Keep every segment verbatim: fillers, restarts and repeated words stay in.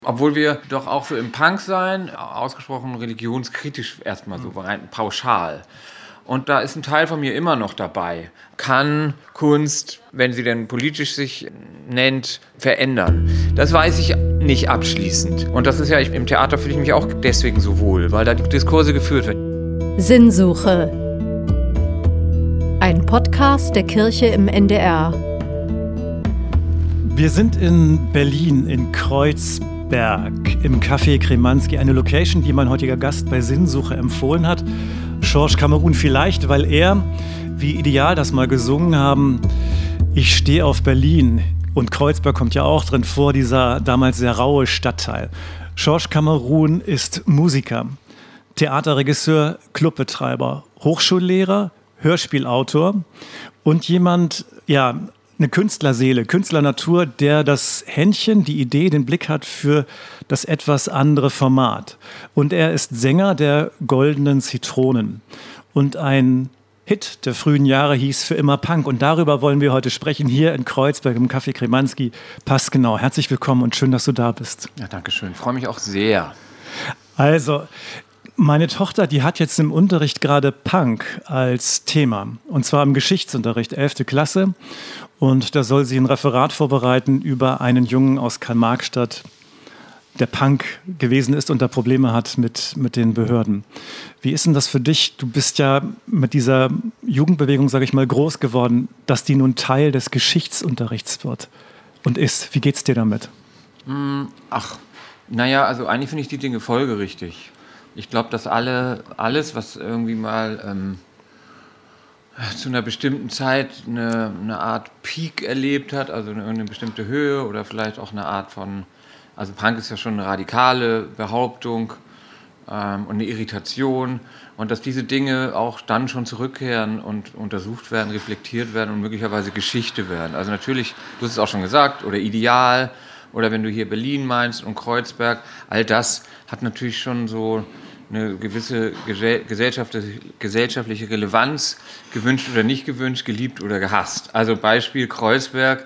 Obwohl wir doch auch so im Punk sein, ausgesprochen religionskritisch erstmal so rein pauschal. Und da ist ein Teil von mir immer noch dabei. Kann Kunst, wenn sie denn politisch sich nennt, verändern? Das weiß ich nicht abschließend. Und das ist ja, ich, im Theater fühle ich mich auch deswegen so wohl, weil da die Diskurse geführt werden. Sinnsuche. Ein Podcast der Kirche im N D R. Wir sind in Berlin, in Kreuzberg, im Café Kremanski. Eine Location, die mein heutiger Gast bei Sinnsuche empfohlen hat. Georges Cameron vielleicht, weil er, wie Ideal das mal gesungen haben, ich stehe auf Berlin. Und Kreuzberg kommt ja auch drin vor, dieser damals sehr raue Stadtteil. Georges Cameron ist Musiker, Theaterregisseur, Clubbetreiber, Hochschullehrer, Hörspielautor und jemand, ja, eine Künstlerseele, Künstlernatur, der das Händchen, die Idee, den Blick hat für das etwas andere Format. Und er ist Sänger der Goldenen Zitronen. Und ein Hit der frühen Jahre hieß Für immer Punk. Und darüber wollen wir heute sprechen, hier in Kreuzberg im Café Kremanski. Passt genau. Herzlich willkommen und schön, dass du da bist. Ja, danke schön. Ich freue mich auch sehr. Also, meine Tochter, die hat jetzt im Unterricht gerade Punk als Thema. Und zwar im Geschichtsunterricht, elfte Klasse. Und da soll sie ein Referat vorbereiten über einen Jungen aus Karl-Marx-Stadt, der Punk gewesen ist und da Probleme hat mit, mit den Behörden. Wie ist denn das für dich? Du bist ja mit dieser Jugendbewegung, sage ich mal, groß geworden, dass die nun Teil des Geschichtsunterrichts wird und ist. Wie geht's dir damit? Ach, naja, also eigentlich finde ich die Dinge folgerichtig. Ich glaube, dass alle, alles, was irgendwie mal ähm, zu einer bestimmten Zeit eine, eine Art Peak erlebt hat, also eine, eine bestimmte Höhe oder vielleicht auch eine Art von, also Punk ist ja schon eine radikale Behauptung ähm, und eine Irritation und dass diese Dinge auch dann schon zurückkehren und untersucht werden, reflektiert werden und möglicherweise Geschichte werden. Also natürlich, du hast es auch schon gesagt, oder Ideal oder wenn du hier Berlin meinst und Kreuzberg, all das hat natürlich schon so eine gewisse gesellschaftliche Relevanz, gewünscht oder nicht gewünscht, geliebt oder gehasst. Also Beispiel Kreuzberg,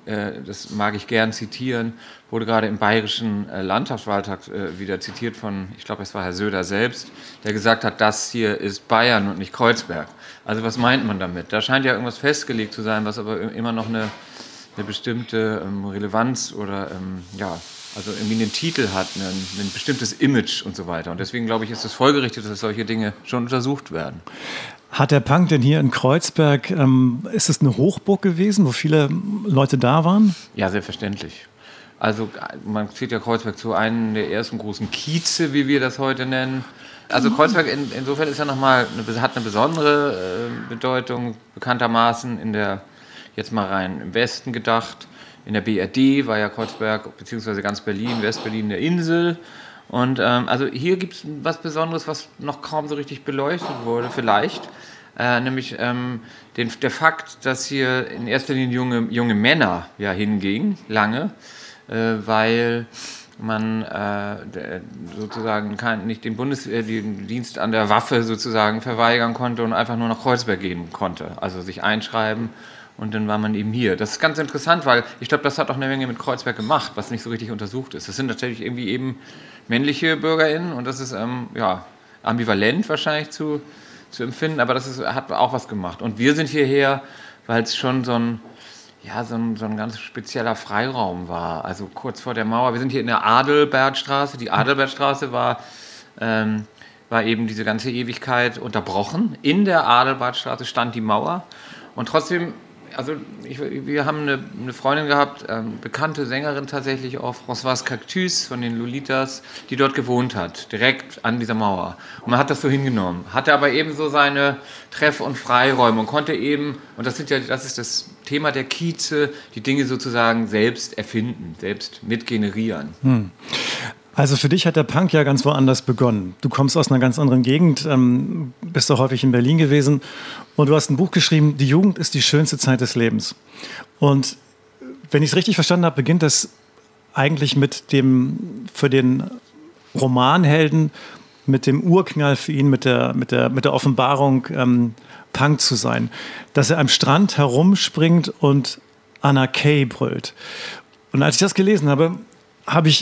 das mag ich gern zitieren, wurde gerade im Bayerischen Landtagswahltag wieder zitiert von, ich glaube, es war Herr Söder selbst, der gesagt hat, das hier ist Bayern und nicht Kreuzberg. Also was meint man damit? Da scheint ja irgendwas festgelegt zu sein, was aber immer noch eine, eine bestimmte Relevanz oder ja, also irgendwie einen Titel hat, ein, ein bestimmtes Image und so weiter. Und deswegen, glaube ich, ist es folgerichtig, dass solche Dinge schon untersucht werden. Hat der Punk denn hier in Kreuzberg, ähm, ist es eine Hochburg gewesen, wo viele Leute da waren? Ja, selbstverständlich. Also man zählt ja Kreuzberg zu einem der ersten großen Kieze, wie wir das heute nennen. Also Kreuzberg in, insofern ist ja nochmal eine, hat eine besondere äh, Bedeutung, bekanntermaßen in der, jetzt mal rein im Westen gedacht. In der B R D war ja Kreuzberg, beziehungsweise ganz Berlin, Westberlin, eine Insel. Und ähm, also hier gibt es was Besonderes, was noch kaum so richtig beleuchtet wurde, vielleicht. Äh, nämlich ähm, den, der Fakt, dass hier in erster Linie junge, junge Männer ja hingingen, lange, äh, weil man äh, sozusagen kein, nicht den Bundesdienst an der Waffe sozusagen verweigern konnte und einfach nur nach Kreuzberg gehen konnte. Also sich einschreiben. Und dann war man eben hier. Das ist ganz interessant, weil ich glaube, das hat auch eine Menge mit Kreuzberg gemacht, was nicht so richtig untersucht ist. Das sind natürlich irgendwie eben männliche BürgerInnen und das ist ähm, ja, ambivalent wahrscheinlich zu, zu empfinden, aber das ist, hat auch was gemacht. Und wir sind hierher, weil es schon so ein, ja, so, ein, so ein ganz spezieller Freiraum war. Also kurz vor der Mauer. Wir sind hier in der Adelbertstraße. Die Adelbertstraße war, ähm, war eben diese ganze Ewigkeit unterbrochen. In der Adelbertstraße stand die Mauer und trotzdem. Also ich, wir haben eine, eine Freundin gehabt, ähm, bekannte Sängerin tatsächlich auch, Françoise Cactus von den Lolitas, die dort gewohnt hat, direkt an dieser Mauer. Und man hat das so hingenommen, hatte aber eben so seine Treff- und Freiräume und konnte eben, und das, sind ja, das ist das Thema der Kieze, die Dinge sozusagen selbst erfinden, selbst mitgenerieren. Hm. Also für dich hat der Punk ja ganz woanders begonnen. Du kommst aus einer ganz anderen Gegend, ähm, bist auch häufig in Berlin gewesen und du hast ein Buch geschrieben, Die Jugend ist die schönste Zeit des Lebens. Und wenn ich es richtig verstanden habe, beginnt das eigentlich mit dem, für den Romanhelden, mit dem Urknall für ihn, mit der, mit der, mit der Offenbarung, ähm, Punk zu sein. Dass er am Strand herumspringt und Anna Kay brüllt. Und als ich das gelesen habe, habe ich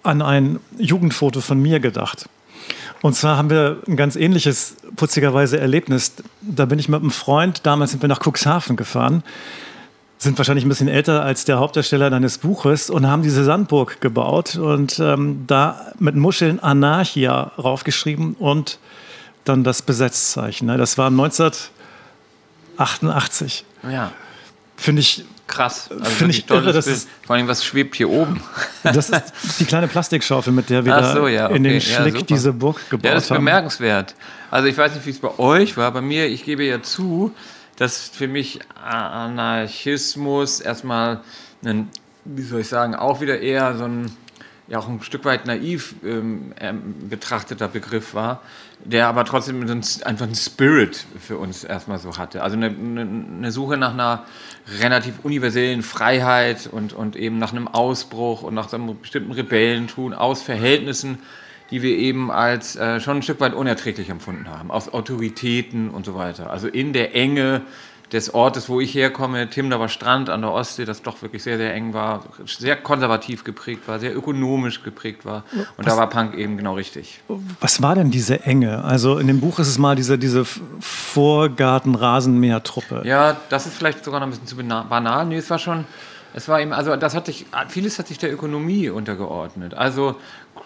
an ein Jugendfoto von mir gedacht. Und zwar haben wir ein ganz ähnliches, putzigerweise, Erlebnis. Da bin ich mit einem Freund, damals sind wir nach Cuxhaven gefahren, sind wahrscheinlich ein bisschen älter als der Hauptdarsteller deines Buches und haben diese Sandburg gebaut und ähm, da mit Muscheln Anarchia raufgeschrieben und dann das Besetzzeichen. Ne? Das war neunzehnhundertachtundachtzig. Ja. Finde ich krass. Also finde ich irre, das ist, vor allem, was schwebt hier oben? Das ist die kleine Plastikschaufel, mit der wir so, ja, okay. in den Schlick ja, diese Burg gebaut haben. Ja, das ist haben. bemerkenswert. Also ich weiß nicht, wie es bei euch war. Bei mir, ich gebe ja zu, dass für mich Anarchismus erstmal ein, wie soll ich sagen, auch wieder eher so ein, ja auch ein Stück weit naiv ähm, betrachteter Begriff war, der aber trotzdem so ein, einfach einen Spirit für uns erstmal so hatte. Also eine, eine, eine Suche nach einer relativ universellen Freiheit und, und eben nach einem Ausbruch und nach so einem bestimmten Rebellentun aus Verhältnissen, die wir eben als äh, schon ein Stück weit unerträglich empfunden haben, aus Autoritäten und so weiter. Also in der Enge des Ortes, wo ich herkomme, Timdower Strand an der Ostsee, das doch wirklich sehr, sehr eng war, sehr konservativ geprägt war, sehr ökonomisch geprägt war. Und was, da war Punk eben genau richtig. Was war denn diese Enge? Also in dem Buch ist es mal diese, diese Vorgarten-Rasenmäher-Truppe. Ja, das ist vielleicht sogar noch ein bisschen zu banal. Nee, es war schon, es war eben, also das hat sich, vieles hat sich der Ökonomie untergeordnet. Also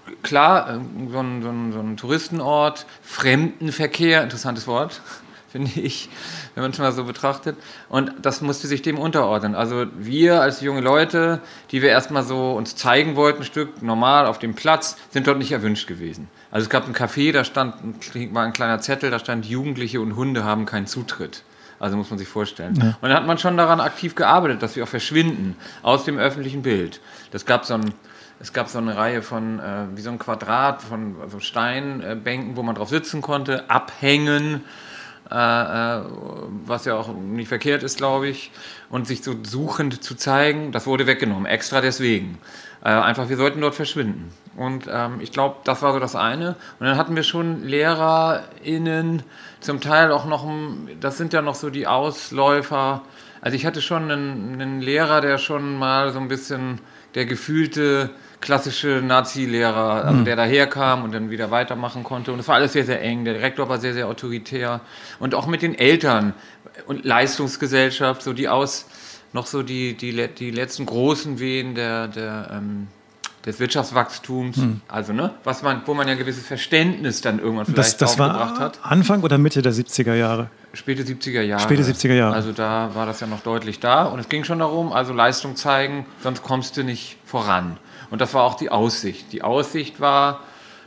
klar, so ein, so ein, so ein Touristenort, Fremdenverkehr, interessantes Wort, finde ich, wenn man es mal so betrachtet. Und das musste sich dem unterordnen. Also wir als junge Leute, die wir erstmal so uns zeigen wollten, ein Stück normal auf dem Platz, sind dort nicht erwünscht gewesen. Also es gab ein Café, da stand, war ein kleiner Zettel, da stand, Jugendliche und Hunde haben keinen Zutritt. Also muss man sich vorstellen. Ja. Und dann hat man schon daran aktiv gearbeitet, dass wir auch verschwinden aus dem öffentlichen Bild. Das gab so ein Es gab so eine Reihe von, äh, wie so ein Quadrat von also Steinbänken, wo man drauf sitzen konnte, abhängen, äh, äh, was ja auch nicht verkehrt ist, glaube ich, und sich so suchend zu zeigen, das wurde weggenommen, extra deswegen. Äh, einfach, wir sollten dort verschwinden. Und ähm, ich glaube, das war so das eine. Und dann hatten wir schon LehrerInnen, zum Teil auch noch, das sind ja noch so die Ausläufer. Also ich hatte schon einen, einen Lehrer, der schon mal so ein bisschen der gefühlte klassische Nazi-Lehrer, also der daherkam und dann wieder weitermachen konnte. Und es war alles sehr, sehr eng. Der Rektor war sehr, sehr autoritär. Und auch mit den Eltern und Leistungsgesellschaft, so die aus, noch so die, die, die letzten großen Wehen der, der, ähm, des Wirtschaftswachstums, hm. also ne, was man, wo man ja ein gewisses Verständnis dann irgendwann vielleicht das, das aufgebracht war hat. Anfang oder Mitte der siebziger Jahre? Späte siebziger Jahre. Späte siebziger Jahre. Also da war das ja noch deutlich da. Und es ging schon darum, also Leistung zeigen, sonst kommst du nicht voran. Und das war auch die Aussicht. Die Aussicht war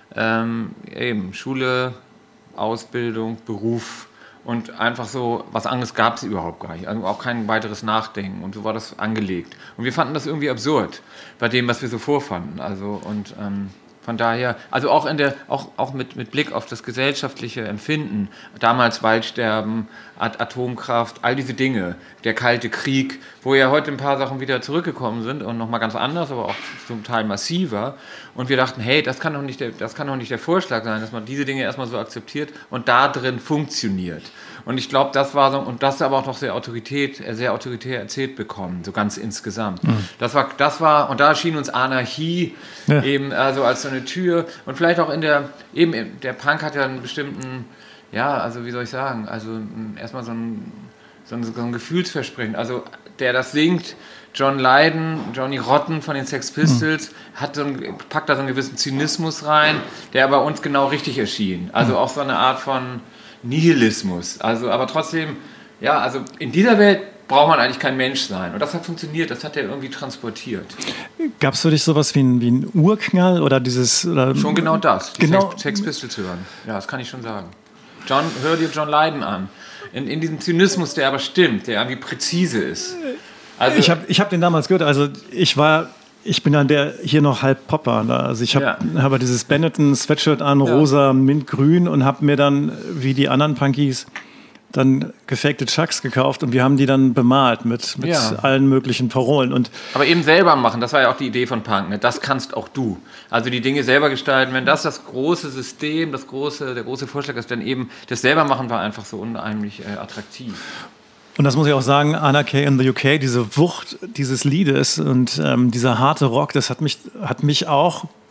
ähm, eben Schule, Ausbildung, Beruf und einfach so, was anderes gab es überhaupt gar nicht. Also auch kein weiteres Nachdenken. Und so war das angelegt. Und wir fanden das irgendwie absurd bei dem, was wir so vorfanden. Also und ähm, von daher, also auch in der, auch, auch mit, mit Blick auf das gesellschaftliche Empfinden, damals Waldsterben, Atomkraft, all diese Dinge, der Kalte Krieg, wo ja heute ein paar Sachen wieder zurückgekommen sind und nochmal ganz anders, aber auch zum Teil massiver. Und wir dachten, hey, das kann doch nicht der, das kann doch nicht der Vorschlag sein, dass man diese Dinge erstmal so akzeptiert und da drin funktioniert. Und ich glaube, das war so, und das aber auch noch sehr Autorität, sehr autoritär erzählt bekommen, so ganz insgesamt. Mhm. Das war, das war, und da schien uns Anarchie ja. eben also als so eine Tür und vielleicht auch in der, eben der Punk hat ja einen bestimmten, ja, also wie soll ich sagen, also erstmal so ein, so ein, so ein Gefühlsversprechen, also der das singt, John Lydon, Johnny Rotten von den Sex Pistols, mhm. hat so ein, packt da so einen gewissen Zynismus rein, der bei uns genau richtig erschien. Also auch so eine Art von Nihilismus. Also, aber trotzdem, ja, also in dieser Welt braucht man eigentlich kein Mensch sein. Und das hat funktioniert, das hat er irgendwie transportiert. Gab es für dich sowas wie ein, wie ein Urknall oder dieses... Oder schon genau das, die genau Sex, Sex Pistols hören. Ja, das kann ich schon sagen. John, hör dir John Lydon an. In, in diesem Zynismus, der aber stimmt, der irgendwie präzise ist. Also, ich habe ich hab den damals gehört, also ich war... Ich bin dann der hier noch halb Popper. Also ich habe ja. hab dieses Benetton-Sweatshirt an, ja. rosa, mintgrün und habe mir dann, wie die anderen Punkies, dann gefakte Chucks gekauft und wir haben die dann bemalt mit, mit ja. allen möglichen Parolen. Und aber eben selber machen, das war ja auch die Idee von Punk. Ne? Das kannst auch du. Also die Dinge selber gestalten. Wenn das das große System, das große, der große Vorschlag ist, dann eben das selber machen war einfach so unheimlich äh, attraktiv. Und das muss ich auch sagen, Anarchy in the U K, diese Wucht dieses Liedes und ähm, dieser harte Rock, das hat mich, hat mich auch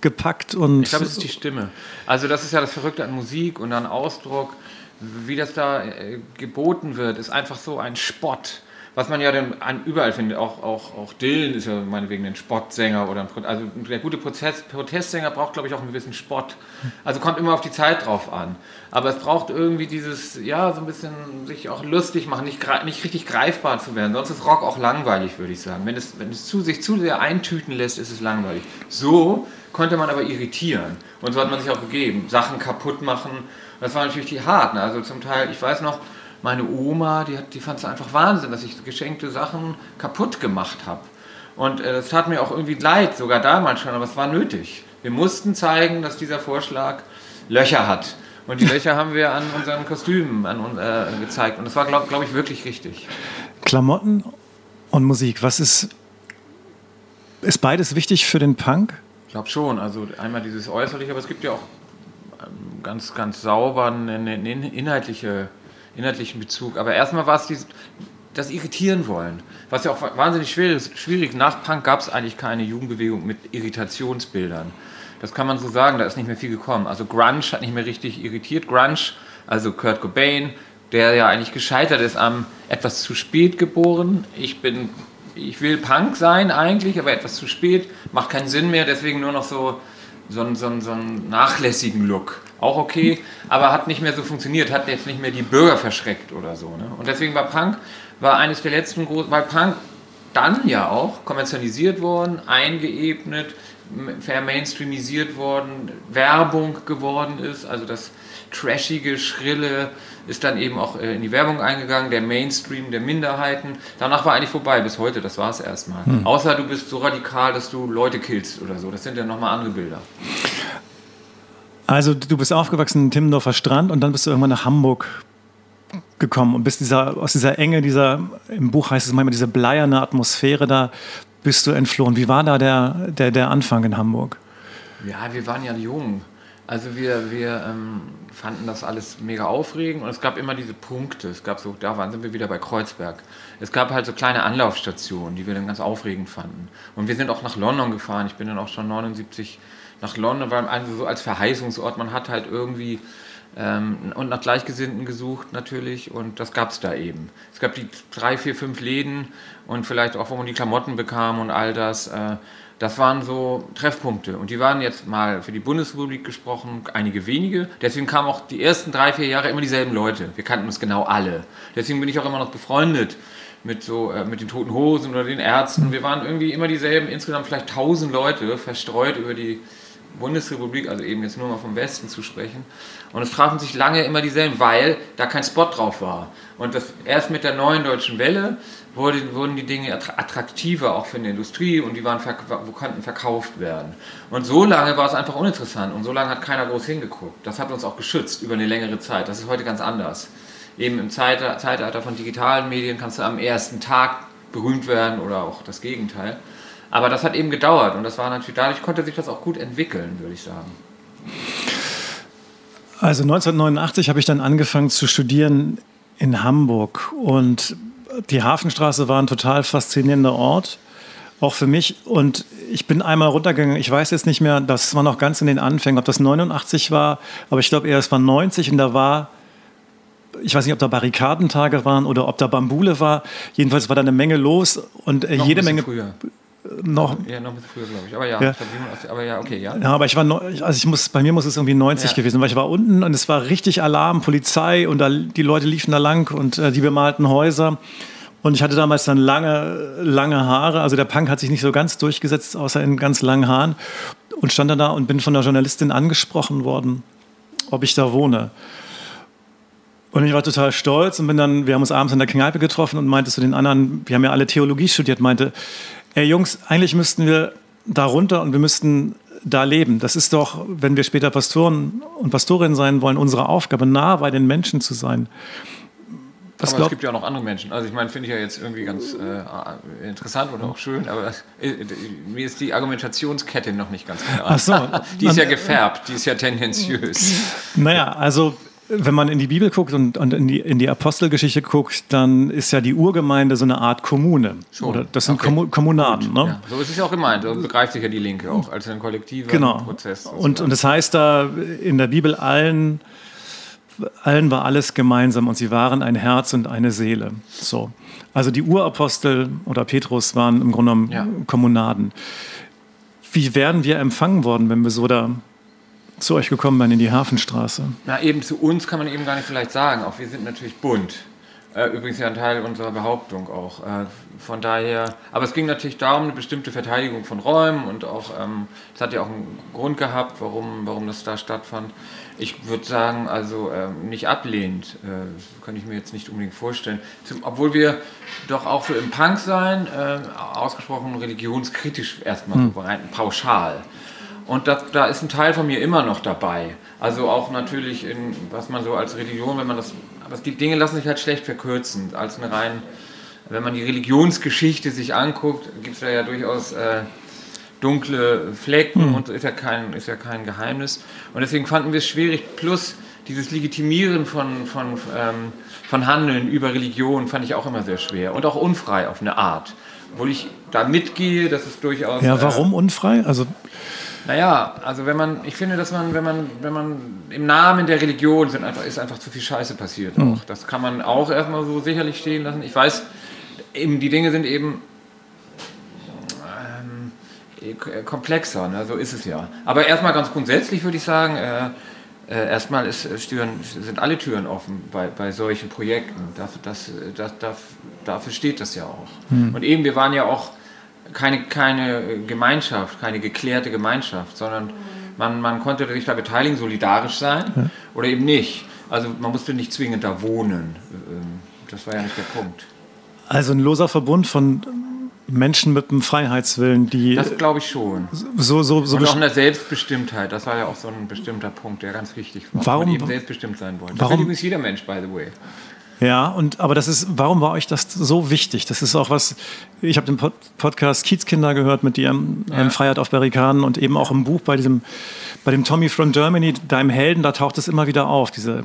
gepackt und... Ich glaube, es ist die Stimme. Also das ist ja das Verrückte an Musik und an Ausdruck. Wie das da äh, geboten wird, ist einfach so ein Spott. Was man ja dann an, überall findet. Auch, auch, auch Dylan ist ja meinetwegen ein Spottsänger. Oder ein, also der gute Protest, Protestsänger braucht, glaube ich, auch einen gewissen Spott. Also kommt immer auf die Zeit drauf an. Aber es braucht irgendwie dieses, ja, so ein bisschen sich auch lustig machen, nicht, nicht richtig greifbar zu werden. Sonst ist Rock auch langweilig, würde ich sagen. Wenn es, wenn es zu, sich zu sehr eintüten lässt, ist es langweilig. So konnte man aber irritieren. Und so hat man sich auch gegeben. Sachen kaputt machen. Das war natürlich die harten. Also zum Teil, ich weiß noch, meine Oma, die, hat, die fand es einfach Wahnsinn, dass ich geschenkte Sachen kaputt gemacht habe. Und äh, das tat mir auch irgendwie leid, sogar damals schon, aber es war nötig. Wir mussten zeigen, dass dieser Vorschlag Löcher hat. Und die Löcher haben wir an unseren Kostümen an, äh, gezeigt. Und das war, glaube glaub ich, wirklich richtig. Klamotten und Musik, was ist, ist beides wichtig für den Punk? Ich glaube schon. Also einmal dieses Äußerliche, aber es gibt ja auch ganz, ganz sauber eine inhaltliche... inhaltlichen Bezug. Aber erstmal war es dieses, das Irritieren wollen, was ja auch wahnsinnig schwierig ist. Schwierig. Nach Punk gab es eigentlich keine Jugendbewegung mit Irritationsbildern. Das kann man so sagen, da ist nicht mehr viel gekommen. Also Grunge hat nicht mehr richtig irritiert. Grunge, also Kurt Cobain, der ja eigentlich gescheitert ist am etwas zu spät geboren. Ich bin, ich will Punk sein eigentlich, aber etwas zu spät, macht keinen Sinn mehr, deswegen nur noch so so einen, so einen, so einen nachlässigen Look. Auch okay, aber hat nicht mehr so funktioniert, hat jetzt nicht mehr die Bürger verschreckt oder so. Ne? Und deswegen war Punk, war eines der letzten großen, weil Punk dann ja auch kommerzialisiert worden, eingeebnet, vermainstreamisiert worden, Werbung geworden ist, also das trashige, schrille ist dann eben auch in die Werbung eingegangen, der Mainstream der Minderheiten. Danach war eigentlich vorbei, bis heute, das war es erstmal. Hm. Außer du bist so radikal, dass du Leute killst oder so, das sind ja nochmal andere Bilder. Also du bist aufgewachsen in Timmendorfer Strand und dann bist du irgendwann nach Hamburg gekommen und bist dieser, aus dieser Enge, dieser, im Buch heißt es manchmal, diese bleierne Atmosphäre, da bist du entflohen. Wie war da der, der, der Anfang in Hamburg? Ja, wir waren ja jung. Also wir, wir ähm, fanden das alles mega aufregend und es gab immer diese Punkte. Es gab so, da waren, sind wir wieder bei Kreuzberg. Es gab halt so kleine Anlaufstationen, die wir dann ganz aufregend fanden. Und wir sind auch nach London gefahren. Ich bin dann auch schon neunundsiebzig nach London, weil also so als Verheißungsort, man hat halt irgendwie ähm, und nach Gleichgesinnten gesucht natürlich und das gab es da eben. Es gab die drei, vier, fünf Läden und vielleicht auch, wo man die Klamotten bekam und all das. Äh, Das waren so Treffpunkte und die waren jetzt mal für die Bundesrepublik gesprochen, einige wenige. Deswegen kamen auch die ersten drei, vier Jahre immer dieselben Leute. Wir kannten uns genau alle. Deswegen bin ich auch immer noch befreundet mit, so, äh, mit den Toten Hosen oder den Ärzten. Wir waren irgendwie immer dieselben, insgesamt vielleicht tausend Leute verstreut über die Bundesrepublik, also eben jetzt nur mal vom Westen zu sprechen. Und es trafen sich lange immer dieselben, weil da kein Spot drauf war. Und das, erst mit der neuen Deutschen Welle wurde, wurden die Dinge attraktiver, auch für die Industrie, und die waren, konnten verkauft werden. Und so lange war es einfach uninteressant und so lange hat keiner groß hingeguckt. Das hat uns auch geschützt über eine längere Zeit. Das ist heute ganz anders. Eben im Zeitalter von digitalen Medien kannst du am ersten Tag berühmt werden oder auch das Gegenteil. Aber das hat eben gedauert und das war natürlich, dadurch konnte sich das auch gut entwickeln, würde ich sagen. Also neunzehnhundertneunundachtzig habe ich dann angefangen zu studieren in Hamburg und die Hafenstraße war ein total faszinierender Ort, auch für mich. Und ich bin einmal runtergegangen, ich weiß jetzt nicht mehr, das war noch ganz in den Anfängen, ob das neunundachtzig war, aber ich glaube eher, es war neunzig und da war, ich weiß nicht, ob da Barrikadentage waren oder ob da Bambule war. Jedenfalls war da eine Menge los und äh, jede Menge... Früher. Noch, ja, noch ein bisschen früher, glaube ich. Aber ja, ja. Ich glaub, aber ja, okay, ja. Ja, aber ich war, also ich muss, bei mir muss es irgendwie neunzig ja. gewesen, weil ich war unten und es war richtig Alarm, Polizei und da, die Leute liefen da lang und äh, die bemalten Häuser. Und ich hatte damals dann lange, lange Haare, also der Punk hat sich nicht so ganz durchgesetzt, außer in ganz langen Haaren. Und stand dann da und bin von der Journalistin angesprochen worden, ob ich da wohne. Und ich war total stolz und bin dann, wir haben uns abends in der Kneipe getroffen und meinte zu den anderen, wir haben ja alle Theologie studiert, meinte, ey Jungs, eigentlich müssten wir da runter und wir müssten da leben. Das ist doch, wenn wir später Pastoren und Pastorinnen sein wollen, unsere Aufgabe, nah bei den Menschen zu sein. Das aber glaub... es gibt ja auch noch andere Menschen. Also ich meine, finde ich ja jetzt irgendwie ganz äh, interessant oder auch schön, aber äh, mir ist die Argumentationskette noch nicht ganz klar. Ach so. Die ist ja gefärbt, die ist ja tendenziös. Naja, also wenn man in die Bibel guckt und, und in, die, in die Apostelgeschichte guckt, dann ist ja die Urgemeinde so eine Art Kommune. Schon. Oder das sind Okay. Kommu- Kommunaden. Ne? Ja, so ist es ja auch gemeint. So begreift sich ja die Linke auch als ein kollektiver Genau. Prozess. Und, und das heißt da in der Bibel, allen, allen war alles gemeinsam und sie waren ein Herz und eine Seele. So. Also die Urapostel oder Petrus waren im Grunde genommen Ja. Kommunaden. Wie wären wir empfangen worden, wenn wir so da zu euch gekommen wären in die Hafenstraße? Na, eben zu uns kann man eben gar nicht vielleicht sagen. Auch wir sind natürlich bunt. Äh, übrigens ja ein Teil unserer Behauptung auch. Äh, von daher, aber es ging natürlich darum, eine bestimmte Verteidigung von Räumen und auch, ähm, das hat ja auch einen Grund gehabt, warum, warum das da stattfand. Ich würde sagen, also ähm, nicht ablehnend, äh, kann ich mir jetzt nicht unbedingt vorstellen. Zum, obwohl wir doch auch so im Punk sein, äh, ausgesprochen religionskritisch erstmal hm. so rein pauschal. Und da, da ist ein Teil von mir immer noch dabei. Also auch natürlich, in, was man so als Religion, wenn man das, aber die Dinge lassen sich halt schlecht verkürzen. Als eine rein, wenn man die Religionsgeschichte sich anguckt, gibt es da ja durchaus äh, dunkle Flecken mhm. und ist ja, kein, ist ja kein Geheimnis. Und deswegen fanden wir es schwierig. Plus dieses Legitimieren von, von, ähm, von Handeln über Religion fand ich auch immer sehr schwer. Und auch unfrei auf eine Art. Obwohl ich da mitgehe, dass es durchaus... Ja, warum äh, unfrei? Also... Naja, also wenn man, ich finde, dass man, wenn man, wenn man im Namen der Religion sind einfach, ist einfach zu viel Scheiße passiert. Mhm. Auch. Das kann man auch erstmal so sicherlich stehen lassen. Ich weiß, eben die Dinge sind eben ähm, komplexer, ne? So ist es ja. Aber erstmal ganz grundsätzlich würde ich sagen, äh, äh, erstmal ist, Türen, sind alle Türen offen bei, bei solchen Projekten. Das, das, das, das, dafür steht das ja auch. Mhm. Und eben, wir waren ja auch Keine, keine Gemeinschaft, keine geklärte Gemeinschaft, sondern man, man konnte sich da beteiligen, solidarisch sein ja. oder eben nicht. Also man musste nicht zwingend da wohnen. Das war ja nicht der Punkt. Also ein loser Verbund von Menschen mit einem Freiheitswillen, die... Das glaube ich schon. So, so, so und auch eine Selbstbestimmtheit, das war ja auch so ein bestimmter Punkt, der ganz wichtig war. Warum, man eben selbstbestimmt sein wollte. Das warum, will übrigens jeder Mensch, by the way. Ja, und, aber das ist, warum war euch das so wichtig? Das ist auch was, ich habe den Pod- Podcast Kiezkinder gehört mit dir, ja. Freiheit auf Barrikaden und eben auch im Buch bei diesem, bei dem Tommy from Germany, deinem Helden, da taucht es immer wieder auf, diese...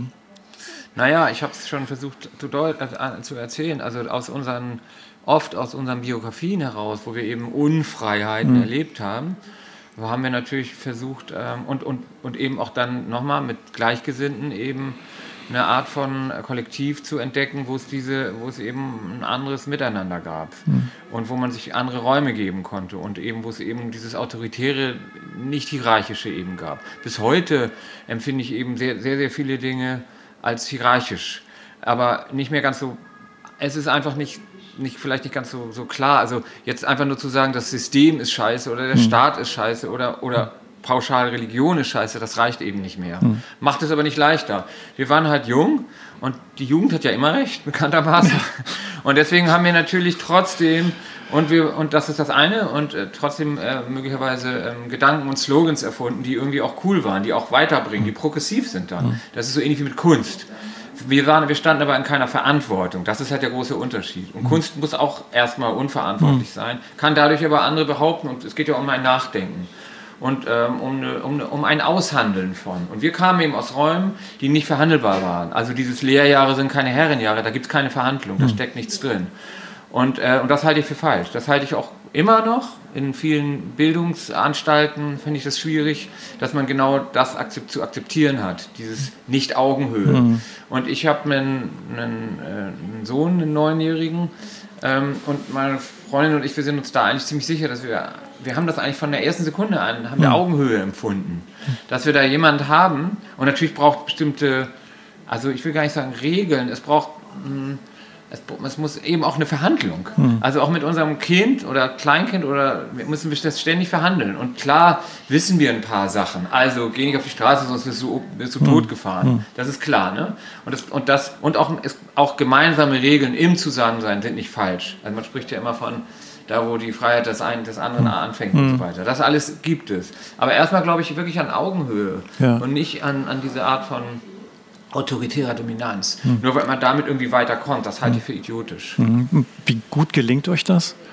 Naja, ich habe es schon versucht zu, deut- äh, zu erzählen, also aus unseren, oft aus unseren Biografien heraus, wo wir eben Unfreiheiten mhm. erlebt haben, haben wir natürlich versucht ähm, und, und, und eben auch dann nochmal mit Gleichgesinnten eben eine Art von Kollektiv zu entdecken, wo es diese, wo es eben ein anderes Miteinander gab mhm. und wo man sich andere Räume geben konnte und eben, wo es eben dieses autoritäre, nicht hierarchische eben gab. Bis heute empfinde ich eben sehr, sehr, sehr viele Dinge als hierarchisch, aber nicht mehr ganz so, es ist einfach nicht, nicht vielleicht nicht ganz so, so klar, also jetzt einfach nur zu sagen, das System ist scheiße oder der mhm. Staat ist scheiße oder, oder pauschal Religion ist scheiße, das reicht eben nicht mehr. Hm. Macht es aber nicht leichter. Wir waren halt jung und die Jugend hat ja immer recht, bekanntermaßen. Und deswegen haben wir natürlich trotzdem, und, wir, und das ist das eine, und äh, trotzdem äh, möglicherweise ähm, Gedanken und Slogans erfunden, die irgendwie auch cool waren, die auch weiterbringen, die progressiv sind dann. Hm. Das ist so ähnlich wie mit Kunst. Wir, waren, wir standen aber in keiner Verantwortung. Das ist halt der große Unterschied. Und hm. Kunst muss auch erstmal unverantwortlich hm. sein, kann dadurch aber andere behaupten, und es geht ja um ein Nachdenken. Und ähm, um, eine, um, eine, um ein Aushandeln von. Und wir kamen eben aus Räumen, die nicht verhandelbar waren. Also dieses Lehrjahre sind keine Herrenjahre, da gibt es keine Verhandlung, da steckt nichts drin. Und, äh, und das halte ich für falsch. Das halte ich auch immer noch. In vielen Bildungsanstalten finde ich das schwierig, dass man genau das akzept, zu akzeptieren hat, dieses Nicht-Augenhöhe. Mhm. Und ich habe einen, einen, äh, einen Sohn, einen Neunjährigen, ähm, und meine Freundin und ich, wir sind uns da eigentlich ziemlich sicher, dass wir, wir haben das eigentlich von der ersten Sekunde an, haben wir Augenhöhe empfunden. Dass wir da jemanden haben, und natürlich braucht bestimmte, also ich will gar nicht sagen Regeln, es braucht, mh, es, es muss eben auch eine Verhandlung. Mhm. Also auch mit unserem Kind oder Kleinkind oder müssen wir das ständig verhandeln. Und klar wissen wir ein paar Sachen. Also geh nicht auf die Straße, sonst wirst du, wirst du mhm. totgefahren. Mhm. Das ist klar, ne? Und das, und das und auch, es, auch gemeinsame Regeln im Zusammensein sind nicht falsch. Also man spricht ja immer von da, wo die Freiheit des einen des anderen mhm. anfängt und so weiter. Das alles gibt es. Aber erstmal glaube ich wirklich an Augenhöhe ja. und nicht an, an diese Art von autoritärer Dominanz. Hm. Nur weil man damit irgendwie weiterkommt, das halte ich für idiotisch. Wie gut gelingt euch das?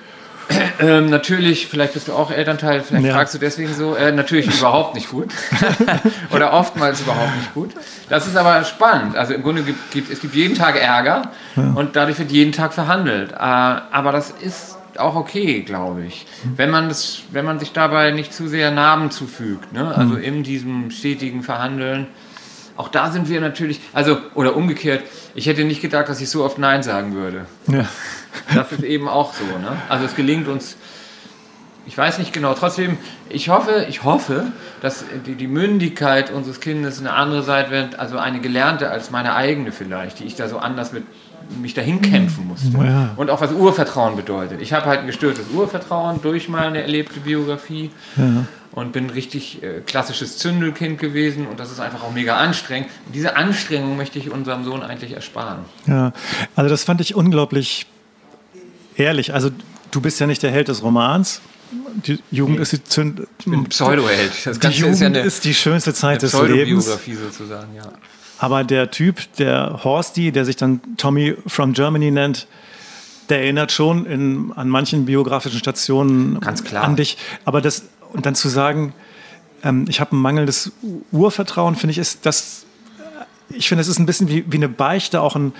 Ähm, natürlich, vielleicht bist du auch Elternteil, vielleicht ja. fragst du deswegen so, äh, natürlich überhaupt nicht gut oder oftmals überhaupt nicht gut. Das ist aber spannend, also im Grunde gibt, gibt es gibt jeden Tag Ärger ja. und dadurch wird jeden Tag verhandelt, äh, aber das ist auch okay, glaube ich, wenn man, das, wenn man sich dabei nicht zu sehr Narben zufügt, ne? Also in diesem stetigen Verhandeln. Auch da sind wir natürlich, also, oder umgekehrt, ich hätte nicht gedacht, dass ich so oft Nein sagen würde. Ja. Das ist eben auch so, ne? Also es gelingt uns, ich weiß nicht genau, trotzdem, ich hoffe, ich hoffe, dass die, die Mündigkeit unseres Kindes eine andere Seite wird, also eine gelernte als meine eigene vielleicht, die ich da so anders mit mich dahin kämpfen musste. Ja. Und auch was Urvertrauen bedeutet. Ich habe halt ein gestörtes Urvertrauen durch meine erlebte Biografie. Ja. Und bin richtig äh, klassisches Zündelkind gewesen und das ist einfach auch mega anstrengend. Und diese Anstrengung möchte ich unserem Sohn eigentlich ersparen. Ja, also das fand ich unglaublich ehrlich. Also du bist ja nicht der Held des Romans. Die Jugend nee. ist die Zünd... Ich bin ein Pseudo-Held. Das die Jugend ist, ja eine, ist die schönste Zeit des Lebens. Pseudo-Biografie sozusagen, ja. Aber der Typ, der Horsty, der sich dann Tommy from Germany nennt, der erinnert schon in, an manchen biografischen Stationen Ganz klar. an dich. Aber das... Und dann zu sagen, ähm, ich habe ein mangelndes Urvertrauen, finde ich, ist das, ich finde, es ist ein bisschen wie, wie eine Beichte, auch ein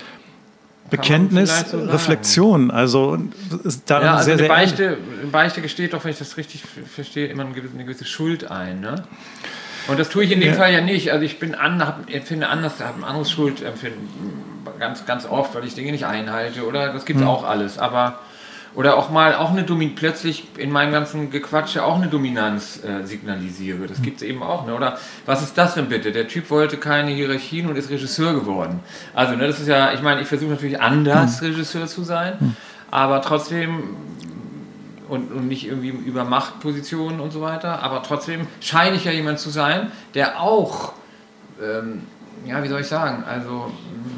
Bekenntnis, so Reflexion. Also ist da ja, also sehr, eine sehr Beichte, Beichte gesteht doch, wenn ich das richtig verstehe, immer eine gewisse, eine gewisse Schuld ein. Ne? Und das tue ich in dem ja. Fall ja nicht. Also ich bin an, hab, empfinde anders, habe ein anderes Schuldempfinden ganz, ganz oft, weil ich Dinge nicht einhalte. Oder das gibt es hm. auch alles. Aber Oder auch mal auch eine Dominanz, plötzlich in meinem ganzen Gequatsche auch eine Dominanz äh, signalisiere. Das gibt es eben auch. Ne? Oder was ist das denn bitte? Der Typ wollte keine Hierarchien und ist Regisseur geworden. Also, ne, das ist ja, ich meine, ich versuche natürlich anders hm. Regisseur zu sein, hm. aber trotzdem und, und nicht irgendwie über Machtpositionen und so weiter, aber trotzdem scheine ich ja jemand zu sein, der auch, ähm, ja, wie soll ich sagen, also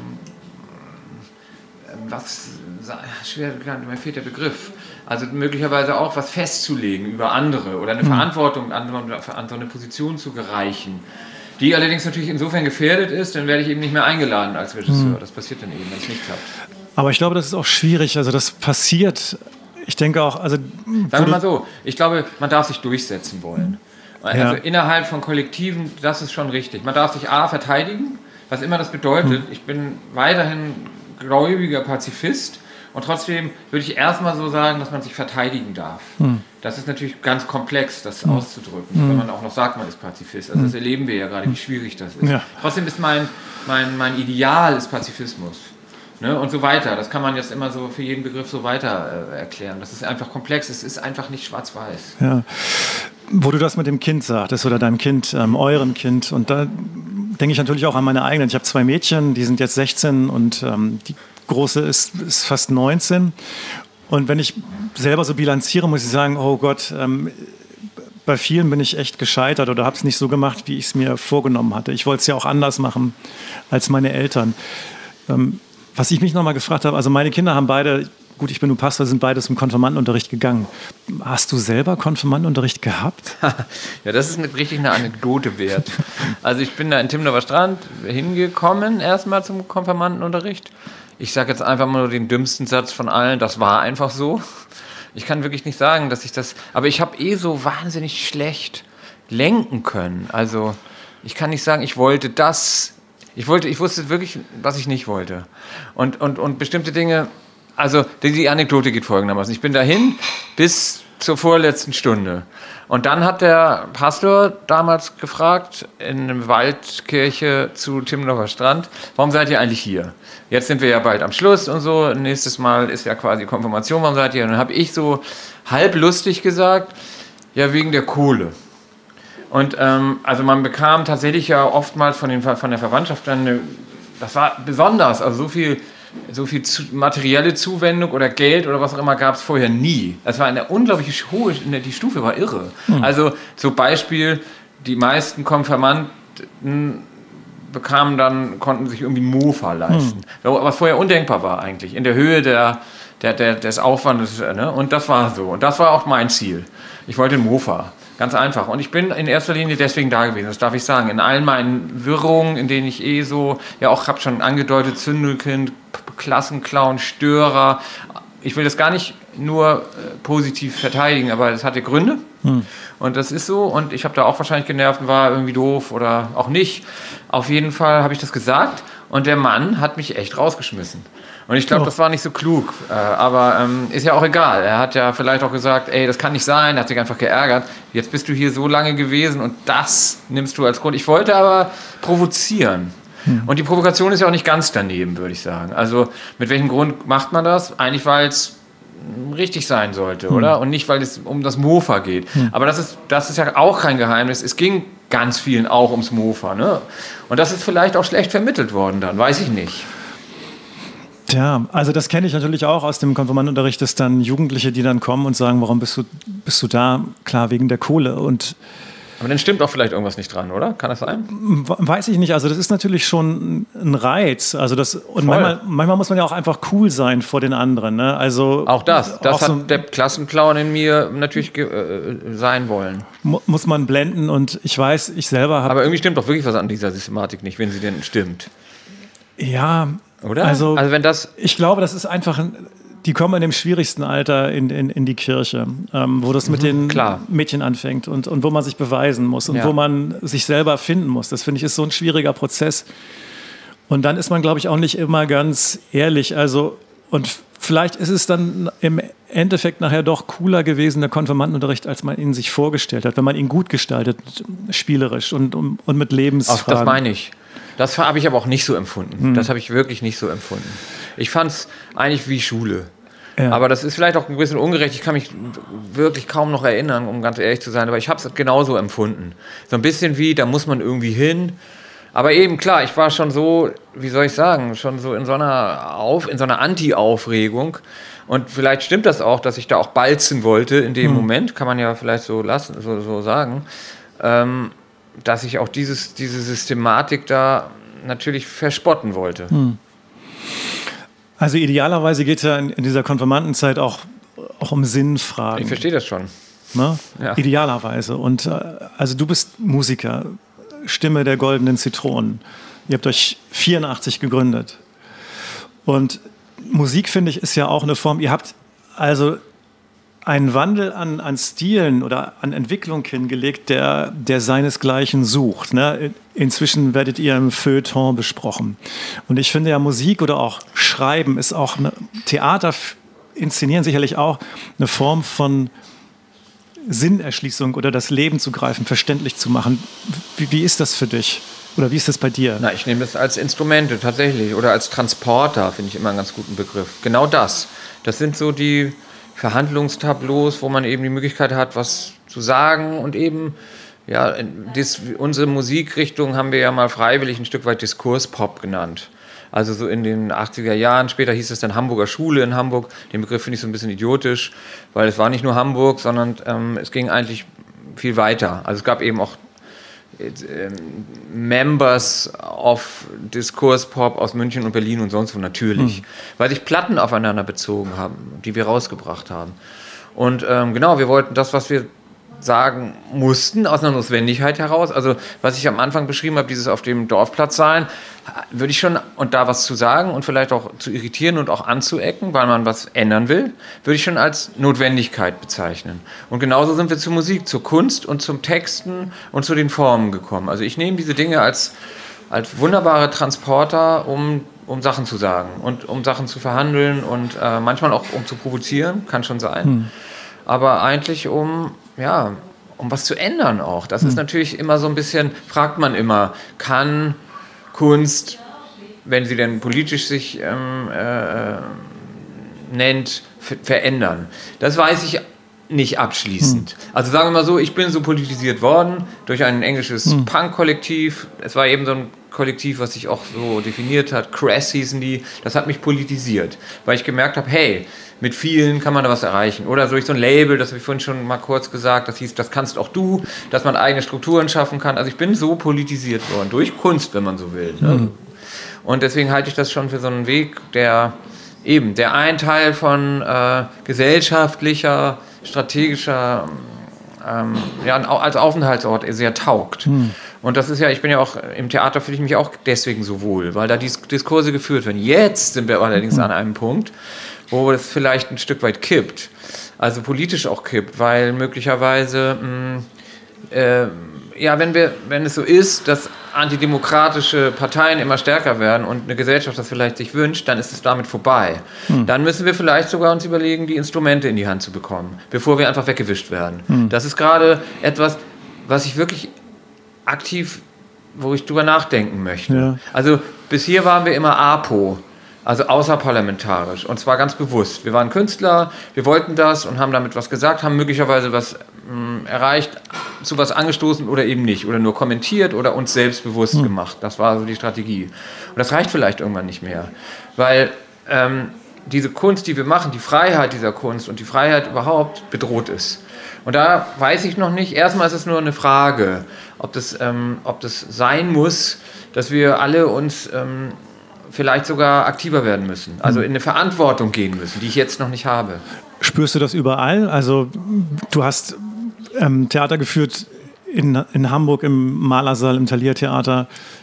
was, schwer, mir fehlt der Begriff, also möglicherweise auch was festzulegen über andere oder eine mhm. Verantwortung an, an so eine Position zu gereichen, die allerdings natürlich insofern gefährdet ist, dann werde ich eben nicht mehr eingeladen als Regisseur. Mhm. Das passiert dann eben, wenn es nicht klappt. Aber ich glaube, das ist auch schwierig, also das passiert, ich denke auch, also... Sagen wir mal so, ich glaube, man darf sich durchsetzen wollen. Also ja. innerhalb von Kollektiven, das ist schon richtig. Man darf sich A, verteidigen, was immer das bedeutet. Mhm. Ich bin weiterhin gläubiger Pazifist und trotzdem würde ich erstmal so sagen, dass man sich verteidigen darf. Hm. Das ist natürlich ganz komplex, das hm. auszudrücken, hm. wenn man auch noch sagt, man ist Pazifist. Also hm. das erleben wir ja gerade, wie schwierig das ist. Ja. Trotzdem ist mein, mein, mein Ideal ist Pazifismus. Ne? Und so weiter. Das kann man jetzt immer so für jeden Begriff so weiter äh, erklären. Das ist einfach komplex, es ist einfach nicht schwarz-weiß. Ja. Wo du das mit dem Kind sagtest oder deinem Kind, ähm, eurem Kind, und da denke ich natürlich auch an meine eigenen. Ich habe zwei Mädchen, die sind jetzt sechzehn und ähm, die Große ist, ist fast neunzehn. Und wenn ich selber so bilanziere, muss ich sagen, oh Gott, ähm, bei vielen bin ich echt gescheitert oder habe es nicht so gemacht, wie ich es mir vorgenommen hatte. Ich wollte es ja auch anders machen als meine Eltern. Ähm, was ich mich nochmal gefragt habe, also meine Kinder haben beide, gut, ich bin nun Pastor, sind beide zum Konfirmandenunterricht gegangen. Hast du selber Konfirmandenunterricht gehabt? Ja, das ist eine, richtig eine Anekdote wert. Also ich bin da in Timmendorfer Strand hingekommen, erstmal zum Konfirmandenunterricht. Ich sage jetzt einfach mal nur den dümmsten Satz von allen, das war einfach so. Ich kann wirklich nicht sagen, dass ich das, aber ich habe eh so wahnsinnig schlecht lenken können. Also ich kann nicht sagen, ich wollte das, ich wollte, ich wusste wirklich, was ich nicht wollte. Und, und, und bestimmte Dinge, also die Anekdote geht folgendermaßen. Ich bin dahin bis zur vorletzten Stunde. Und dann hat der Pastor damals gefragt, in einer Waldkirche zu Timmendorfer Strand, warum seid ihr eigentlich hier? Jetzt sind wir ja bald am Schluss und so, nächstes Mal ist ja quasi Konfirmation, warum seid ihr hier? Und dann habe ich so halb lustig gesagt, ja, wegen der Kohle. Und ähm, also man bekam tatsächlich ja oftmals von, den, von der Verwandtschaft dann, eine, das war besonders, also so viel... So viel zu, materielle Zuwendung oder Geld oder was auch immer gab es vorher nie. Das war eine unglaublich hohe, die Stufe war irre. Mhm. Also so Beispiel, die meisten Konfirmanden bekamen dann, konnten sich irgendwie einen Mofa leisten. Mhm. Was vorher undenkbar war eigentlich, in der Höhe der, der, der, des Aufwandes. Ne? Und das war so. Und das war auch mein Ziel. Ich wollte einen Mofa. Ganz einfach. Und ich bin in erster Linie deswegen da gewesen, das darf ich sagen. In all meinen Wirrungen, in denen ich eh so, ja auch, habe schon angedeutet, Zündelkind, Klassenclown, Störer, ich will das gar nicht nur äh, positiv verteidigen, aber es hatte Gründe. Hm. Und das ist so. Und ich habe da auch wahrscheinlich genervt und war irgendwie doof oder auch nicht. Auf jeden Fall habe ich das gesagt. Und der Mann hat mich echt rausgeschmissen. Und ich glaube, oh. das war nicht so klug. Äh, aber ähm, ist ja auch egal. Er hat ja vielleicht auch gesagt, ey, das kann nicht sein. Er hat sich einfach geärgert. Jetzt bist du hier so lange gewesen und das nimmst du als Grund. Ich wollte aber provozieren. Hm. Und die Provokation ist ja auch nicht ganz daneben, würde ich sagen. Also mit welchem Grund macht man das? Eigentlich, weil es richtig sein sollte, hm. oder? Und nicht, weil es um das Mofa geht. Hm. Aber das ist, das ist ja auch kein Geheimnis. Es ging ganz vielen auch ums Mofa. Ne? Und das ist vielleicht auch schlecht vermittelt worden dann, weiß ich nicht. Tja, also das kenne ich natürlich auch aus dem Konfirmandenunterricht, dass dann Jugendliche, die dann kommen und sagen, warum bist du, bist du da? Klar, wegen der Kohle. Und aber dann stimmt auch vielleicht irgendwas nicht dran, oder? Kann das sein? Weiß ich nicht. Also das ist natürlich schon ein Reiz. Also das, und manchmal, manchmal muss man ja auch einfach cool sein vor den anderen. Ne? Also auch das. Das auch hat so der Klassenclown in mir natürlich ge- äh, sein wollen. Mu- muss man blenden. Und ich weiß, ich selber habe... Aber irgendwie stimmt doch wirklich was an dieser Systematik nicht, wenn sie denn stimmt. Ja, oder? Also, also wenn das... Ich glaube, das ist einfach... Ein, die kommen in dem schwierigsten Alter in, in, in die Kirche, ähm, wo das mit mhm, den klar. Mädchen anfängt und, und wo man sich beweisen muss und ja. wo man sich selber finden muss. Das finde ich ist so ein schwieriger Prozess. Und dann ist man, glaube ich, auch nicht immer ganz ehrlich. Also, und vielleicht ist es dann im Endeffekt nachher doch cooler gewesen, der Konfirmandenunterricht, als man ihn sich vorgestellt hat, wenn man ihn gut gestaltet, spielerisch und, und, und mit Lebensfragen. Ach, das meine ich. Das habe ich aber auch nicht so empfunden. Hm. Das habe ich wirklich nicht so empfunden. Ich fand es eigentlich wie Schule. Ja. Aber das ist vielleicht auch ein bisschen ungerecht. Ich kann mich wirklich kaum noch erinnern, um ganz ehrlich zu sein. Aber ich habe es genauso empfunden. So ein bisschen wie, da muss man irgendwie hin. Aber eben, klar, ich war schon so, wie soll ich sagen, schon so in so einer, Auf, in so einer Anti-Aufregung. Und vielleicht stimmt das auch, dass ich da auch balzen wollte in dem hm. Moment. Kann man ja vielleicht so, lassen, so, so sagen. Ähm, dass ich auch dieses, diese Systematik da natürlich verspotten wollte. Hm. Also idealerweise geht es ja in, in dieser Konfirmandenzeit auch, auch um Sinnfragen. Ich verstehe das schon. Ne? Ja. Idealerweise. Und äh, also du bist Musiker, Stimme der Goldenen Zitronen. Ihr habt euch vierundachtzig gegründet. Und Musik, finde ich, ist ja auch eine Form, ihr habt also einen Wandel an, an Stilen oder an Entwicklung hingelegt, der, der seinesgleichen sucht. Ne? Inzwischen werdet ihr im Feuilleton besprochen. Und ich finde ja, Musik oder auch Schreiben ist auch, eine, Theater inszenieren sicherlich auch eine Form von Sinnerschließung oder das Leben zu greifen, verständlich zu machen. Wie, wie ist das für dich? Oder wie ist das bei dir? Na, ich nehme das als Instrumente tatsächlich oder als Transporter, finde ich immer einen ganz guten Begriff. Genau das. Das sind so die Verhandlungstableaus, wo man eben die Möglichkeit hat, was zu sagen und eben, ja, dis, unsere Musikrichtung haben wir ja mal freiwillig ein Stück weit Diskurspop genannt. Also so in den achtziger Jahren, später hieß es dann Hamburger Schule in Hamburg. Den Begriff finde ich so ein bisschen idiotisch, weil es war nicht nur Hamburg, sondern ähm, es ging eigentlich viel weiter. Also es gab eben auch Members of Diskurspop aus München und Berlin und sonst wo natürlich, mhm. weil sich Platten aufeinander bezogen haben, die wir rausgebracht haben. Und ähm, genau, wir wollten das, was wir sagen mussten, aus einer Notwendigkeit heraus, also was ich am Anfang beschrieben habe, dieses auf dem Dorfplatz sein, würde ich schon, und da was zu sagen und vielleicht auch zu irritieren und auch anzuecken, weil man was ändern will, würde ich schon als Notwendigkeit bezeichnen. Und genauso sind wir zur Musik, zur Kunst und zum Texten und zu den Formen gekommen. Also ich nehme diese Dinge als, als wunderbare Transporter, um, um Sachen zu sagen und um Sachen zu verhandeln und äh, manchmal auch um zu provozieren, kann schon sein. Hm. Aber eigentlich um, ja, um was zu ändern auch. Das hm. ist natürlich immer so ein bisschen, fragt man immer, kann Kunst, wenn sie denn politisch sich ähm, äh, nennt, f- verändern? Das weiß ich nicht abschließend. Hm. Also sagen wir mal so, ich bin so politisiert worden durch ein englisches hm. Punk-Kollektiv. Es war eben so ein Kollektiv, was sich auch so definiert hat. Crass hießen die. Das hat mich politisiert, weil ich gemerkt habe, hey, mit vielen kann man da was erreichen. Oder durch so ein Label, das habe ich vorhin schon mal kurz gesagt, das hieß, das kannst auch du, dass man eigene Strukturen schaffen kann. Also ich bin so politisiert worden, durch Kunst, wenn man so will. Ne? Mhm. Und deswegen halte ich das schon für so einen Weg, der eben, der ein Teil von äh, gesellschaftlicher, strategischer, ähm, ja, als Aufenthaltsort sehr taugt. Mhm. Und das ist ja, ich bin ja auch, im Theater fühle ich mich auch deswegen so wohl, weil da die Diskurse geführt werden. Jetzt sind wir allerdings mhm. an einem Punkt, wo es vielleicht ein Stück weit kippt, also politisch auch kippt, weil möglicherweise, mh, äh, ja, wenn wir, wenn es so ist, dass antidemokratische Parteien immer stärker werden und eine Gesellschaft das vielleicht sich wünscht, dann ist es damit vorbei. Hm. Dann müssen wir vielleicht sogar uns überlegen, die Instrumente in die Hand zu bekommen, bevor wir einfach weggewischt werden. Hm. Das ist gerade etwas, was ich wirklich aktiv, wo ich drüber nachdenken möchte. Ja. Also bis hier waren wir immer A P O, also außerparlamentarisch, und zwar ganz bewusst. Wir waren Künstler, wir wollten das und haben damit was gesagt, haben möglicherweise was mh, erreicht, zu was angestoßen oder eben nicht, oder nur kommentiert oder uns selbstbewusst mhm. gemacht. Das war so die Strategie. Und das reicht vielleicht irgendwann nicht mehr, weil ähm, diese Kunst, die wir machen, die Freiheit dieser Kunst und die Freiheit überhaupt bedroht ist. Und da weiß ich noch nicht, erstmal ist es nur eine Frage, ob das, ähm, ob das sein muss, dass wir alle uns ähm, vielleicht sogar aktiver werden müssen, also in eine Verantwortung gehen müssen, die ich jetzt noch nicht habe. Spürst du das überall? Also du hast ähm, Theater geführt in, in Hamburg, im Malersaal, im Thalia Theater,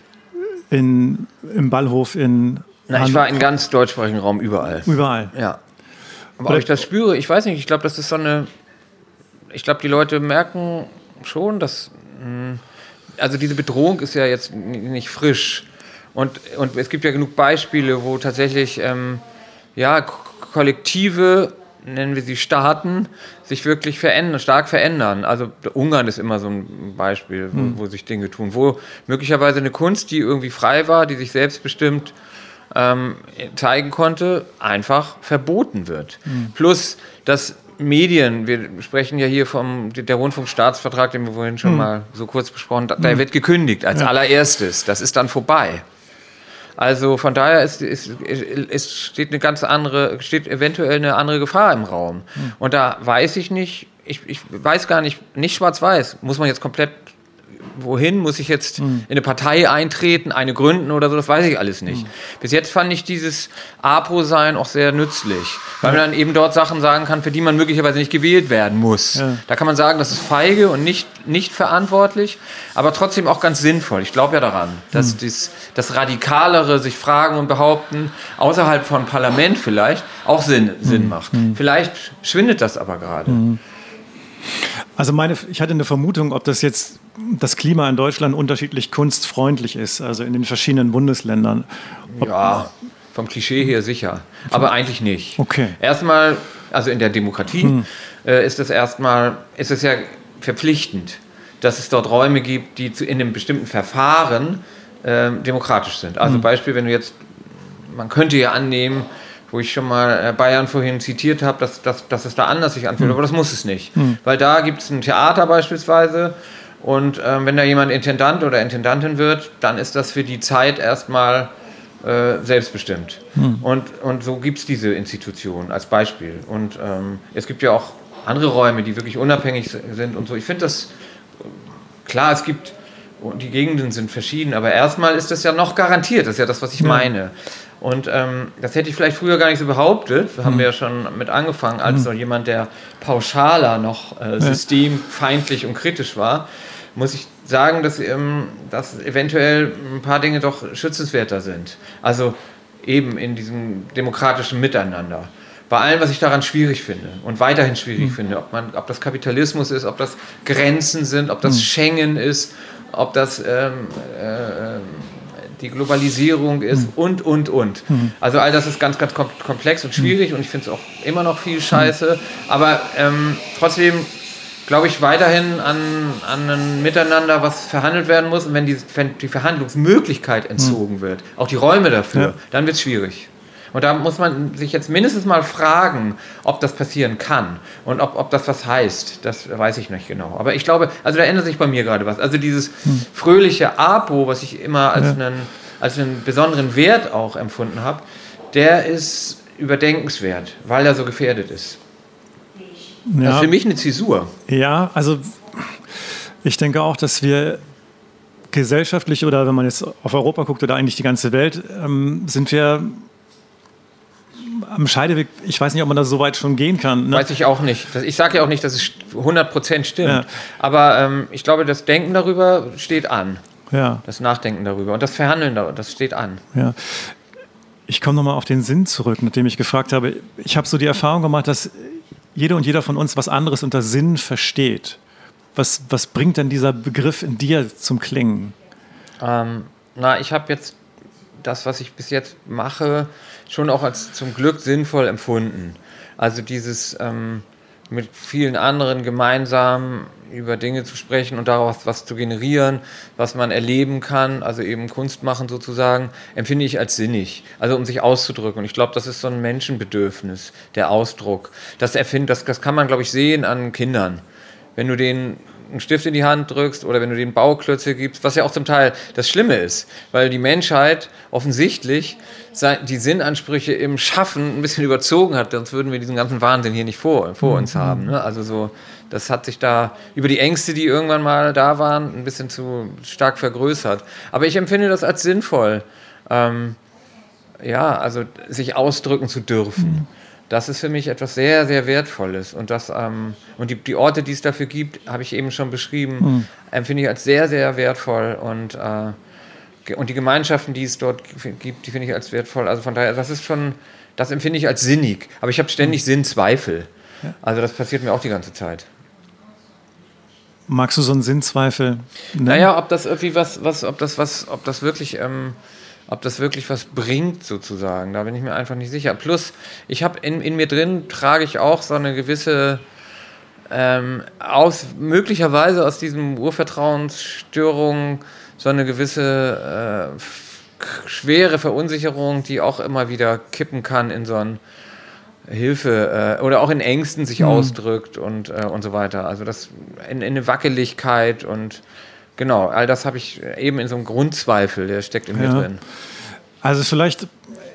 in, im Ballhof, in... Na, ich war in ganz deutschsprachigen Raum überall. Überall? Ja. Aber ob ich das spüre, ich weiß nicht, ich glaube, das ist so eine... Ich glaube, die Leute merken schon, dass... Mh, also diese Bedrohung ist ja jetzt nicht frisch. Und, und es gibt ja genug Beispiele, wo tatsächlich ähm, ja, Kollektive, nennen wir sie Staaten, sich wirklich verändern, stark verändern. Also Ungarn ist immer so ein Beispiel, wo, mhm. wo sich Dinge tun, wo möglicherweise eine Kunst, die irgendwie frei war, die sich selbstbestimmt ähm, zeigen konnte, einfach verboten wird. Mhm. Plus, dass Medien, wir sprechen ja hier vom der Rundfunkstaatsvertrag, den wir vorhin schon mhm. mal so kurz besprochen haben, der wird gekündigt als ja. allererstes. Das ist dann vorbei. Also von daher ist, ist, ist, steht eine ganz andere, steht eventuell eine andere Gefahr im Raum. Mhm. Und da weiß ich nicht, ich, ich weiß gar nicht, nicht schwarz-weiß, muss man jetzt komplett, wohin, muss ich jetzt mhm. in eine Partei eintreten, eine gründen oder so, das weiß ich alles nicht. Mhm. Bis jetzt fand ich dieses A P O-Sein auch sehr nützlich, weil ja. man dann eben dort Sachen sagen kann, für die man möglicherweise nicht gewählt werden muss. Ja. Da kann man sagen, das ist feige und nicht, nicht verantwortlich, aber trotzdem auch ganz sinnvoll. Ich glaube ja daran, dass mhm. dies, das Radikalere, sich fragen und behaupten, außerhalb von Parlament vielleicht, auch Sinn, mhm. Sinn macht. Mhm. Vielleicht schwindet das aber gerade. Mhm. Also meine, ich hatte eine Vermutung, ob das jetzt das Klima in Deutschland unterschiedlich kunstfreundlich ist, also in den verschiedenen Bundesländern. Ob ja, vom Klischee her sicher, aber eigentlich nicht. Okay. Erstmal, also in der Demokratie hm. äh, ist es erstmal, ist es ja verpflichtend, dass es dort Räume gibt, die zu, in einem bestimmten Verfahren äh, demokratisch sind. Also hm. Beispiel, wenn du jetzt, man könnte ja annehmen, wo ich schon mal Bayern vorhin zitiert habe, dass, dass, dass es da anders sich anfühlt, hm. aber das muss es nicht. Hm. Weil da gibt es ein Theater beispielsweise und ähm, wenn da jemand Intendant oder Intendantin wird, dann ist das für die Zeit erstmal äh, selbstbestimmt. Hm. Und, und so gibt es diese Institution als Beispiel. Und ähm, es gibt ja auch andere Räume, die wirklich unabhängig sind und so. Ich finde das, klar, es gibt, die Gegenden sind verschieden, aber erstmal ist das ja noch garantiert, das ist ja das, was ich ja. meine. Und ähm, das hätte ich vielleicht früher gar nicht so behauptet. Da haben hm. wir ja schon mit angefangen, als hm. so jemand, der pauschaler noch äh, systemfeindlich und kritisch war, muss ich sagen, dass, ähm, dass eventuell ein paar Dinge doch schützenswerter sind. Also eben in diesem demokratischen Miteinander. Bei allem, was ich daran schwierig finde und weiterhin schwierig hm. finde, ob, man, ob das Kapitalismus ist, ob das Grenzen sind, ob das hm. Schengen ist, ob das ähm, äh, die Globalisierung ist hm. und, und, und. Hm. Also all das ist ganz, ganz komplex und schwierig hm. und ich finde es auch immer noch viel Scheiße. Hm. Aber ähm, trotzdem glaube ich weiterhin an, an ein Miteinander, was verhandelt werden muss. Und wenn die, wenn die Verhandlungsmöglichkeit entzogen hm. wird, auch die Räume dafür, ja. dann wird es schwierig. Und da muss man sich jetzt mindestens mal fragen, ob das passieren kann und ob, ob das was heißt. Das weiß ich nicht genau. Aber ich glaube, also da ändert sich bei mir gerade was. Also dieses hm. fröhliche Apo, was ich immer als, ja. einen, als einen besonderen Wert auch empfunden habe, der ist überdenkenswert, weil er so gefährdet ist. Ja. Das ist für mich eine Zäsur. Ja, also ich denke auch, dass wir gesellschaftlich oder wenn man jetzt auf Europa guckt oder eigentlich die ganze Welt, ähm, sind wir am Scheideweg, ich weiß nicht, ob man da so weit schon gehen kann. Ne? Weiß ich auch nicht. Ich sage ja auch nicht, dass es hundert Prozent stimmt. Ja. Aber ähm, ich glaube, das Denken darüber steht an. Ja. Das Nachdenken darüber und das Verhandeln, das steht an. Ja. Ich komme nochmal auf den Sinn zurück, nachdem ich gefragt habe. Ich habe so die Erfahrung gemacht, dass jede und jeder von uns was anderes unter Sinn versteht. Was, was bringt denn dieser Begriff in dir zum Klingen? Ähm, na, ich habe jetzt das, was ich bis jetzt mache, schon auch als zum Glück sinnvoll empfunden. Also dieses ähm, mit vielen anderen gemeinsam über Dinge zu sprechen und daraus was zu generieren, was man erleben kann, also eben Kunst machen sozusagen, empfinde ich als sinnig, also um sich auszudrücken. Und ich glaube, das ist so ein Menschenbedürfnis, der Ausdruck. Das, erfind, das, das kann man, glaube ich, sehen an Kindern. Wenn du denen einen Stift in die Hand drückst oder wenn du denen Bauklötze gibst, was ja auch zum Teil das Schlimme ist, weil die Menschheit offensichtlich die Sinnansprüche im Schaffen ein bisschen überzogen hat, sonst würden wir diesen ganzen Wahnsinn hier nicht vor, vor uns haben. Ne? Also so, das hat sich da über die Ängste, die irgendwann mal da waren, ein bisschen zu stark vergrößert. Aber ich empfinde das als sinnvoll, ähm, ja, also sich ausdrücken zu dürfen. Mhm. Das ist für mich etwas sehr, sehr Wertvolles. Und, das, ähm, und die, die Orte, die es dafür gibt, habe ich eben schon beschrieben, mhm. empfinde ich als sehr, sehr wertvoll. Und, äh, und die Gemeinschaften, die es dort gibt, die finde ich als wertvoll. Also von daher, das ist schon, das empfinde ich als sinnig. Aber ich habe ständig mhm. Sinnzweifel. Ja. Also das passiert mir auch die ganze Zeit. Magst du so einen Sinnzweifel nennen? Naja, ob das irgendwie was, was, ob das was, ob das wirklich... Ähm, ob das wirklich was bringt, sozusagen. Da bin ich mir einfach nicht sicher. Plus, ich habe in, in mir drin, trage ich auch so eine gewisse, ähm, aus, möglicherweise aus diesem Urvertrauensstörung, so eine gewisse äh, schwere Verunsicherung, die auch immer wieder kippen kann in so ein Hilfe äh, oder auch in Ängsten sich mhm. ausdrückt und, äh, und so weiter. Also das in, in eine Wackeligkeit und genau, all das habe ich eben in so einem Grundzweifel, der steckt in mir ja. drin. Also vielleicht,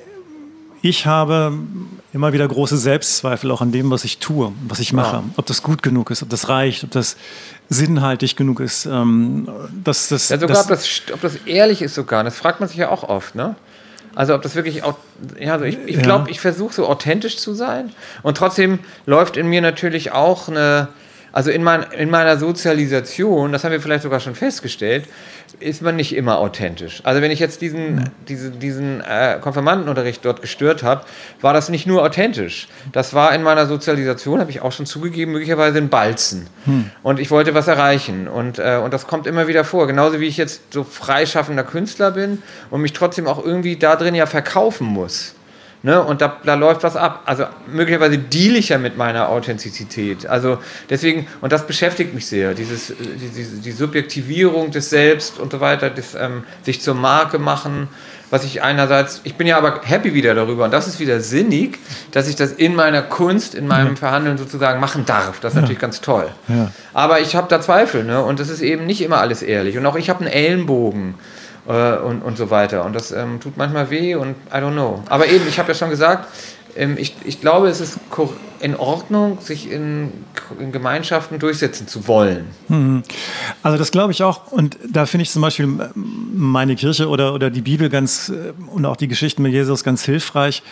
ich habe immer wieder große Selbstzweifel auch an dem, was ich tue, was ich mache. Ja. Ob das gut genug ist, ob das reicht, ob das sinnhaltig genug ist. Ähm, dass, das, ja, sogar, das, ob, das, ob das ehrlich ist sogar, das fragt man sich ja auch oft, ne? Also ob das wirklich auch, ja, also ich, ich ja. glaube, ich versuche so authentisch zu sein und trotzdem läuft in mir natürlich auch eine, also in, mein, in meiner Sozialisation, das haben wir vielleicht sogar schon festgestellt, ist man nicht immer authentisch. Also wenn ich jetzt diesen, mhm. diese, diesen äh, Konfirmandenunterricht dort gestört habe, war das nicht nur authentisch. Das war in meiner Sozialisation, habe ich auch schon zugegeben, möglicherweise ein Balzen. Mhm. Und ich wollte was erreichen. Und, äh, und das kommt immer wieder vor. Genauso wie ich jetzt so freischaffender Künstler bin und mich trotzdem auch irgendwie da drin ja verkaufen muss. Ne, und da, da läuft was ab. Also möglicherweise deal ich ja mit meiner Authentizität. Also deswegen, und das beschäftigt mich sehr, dieses, die, die, die Subjektivierung des Selbst und so weiter, das ähm, sich zur Marke machen, was ich einerseits, ich bin ja aber happy wieder darüber und das ist wieder sinnig, dass ich das in meiner Kunst, in meinem ja. Verhandeln sozusagen machen darf. Das ist ja. natürlich ganz toll. Ja. Aber ich habe da Zweifel, ne? Und das ist eben nicht immer alles ehrlich. Und auch ich habe einen Ellenbogen. Und, und so weiter. Und das ähm, tut manchmal weh und I don't know. Aber eben, ich habe ja schon gesagt, ähm, ich, ich glaube, es ist in Ordnung, sich in, in Gemeinschaften durchsetzen zu wollen. Also das glaube ich auch. Und da finde ich zum Beispiel meine Kirche oder, oder die Bibel ganz und auch die Geschichten mit Jesus ganz hilfreich.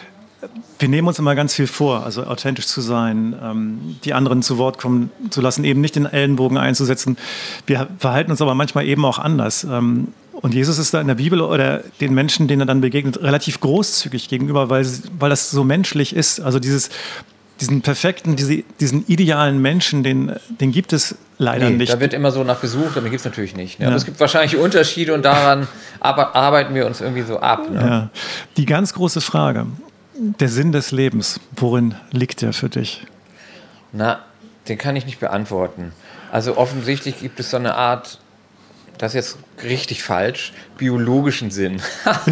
Wir nehmen uns immer ganz viel vor, also authentisch zu sein, ähm, die anderen zu Wort kommen zu lassen, eben nicht den Ellenbogen einzusetzen. Wir verhalten uns aber manchmal eben auch anders. Ähm, und Jesus ist da in der Bibel oder den Menschen, denen er dann begegnet, relativ großzügig gegenüber, weil, weil das so menschlich ist. Also dieses, diesen perfekten, diese, diesen idealen Menschen, den, den gibt es leider nee, nicht. Da wird immer so nach gesucht, aber den gibt es natürlich nicht. Ne? Ja. Aber es gibt wahrscheinlich Unterschiede und daran arbeiten wir uns irgendwie so ab. Ne? Ja. Die ganz große Frage, der Sinn des Lebens, worin liegt der für dich? Na, den kann ich nicht beantworten. Also offensichtlich gibt es so eine Art, das ist jetzt richtig falsch, biologischen Sinn.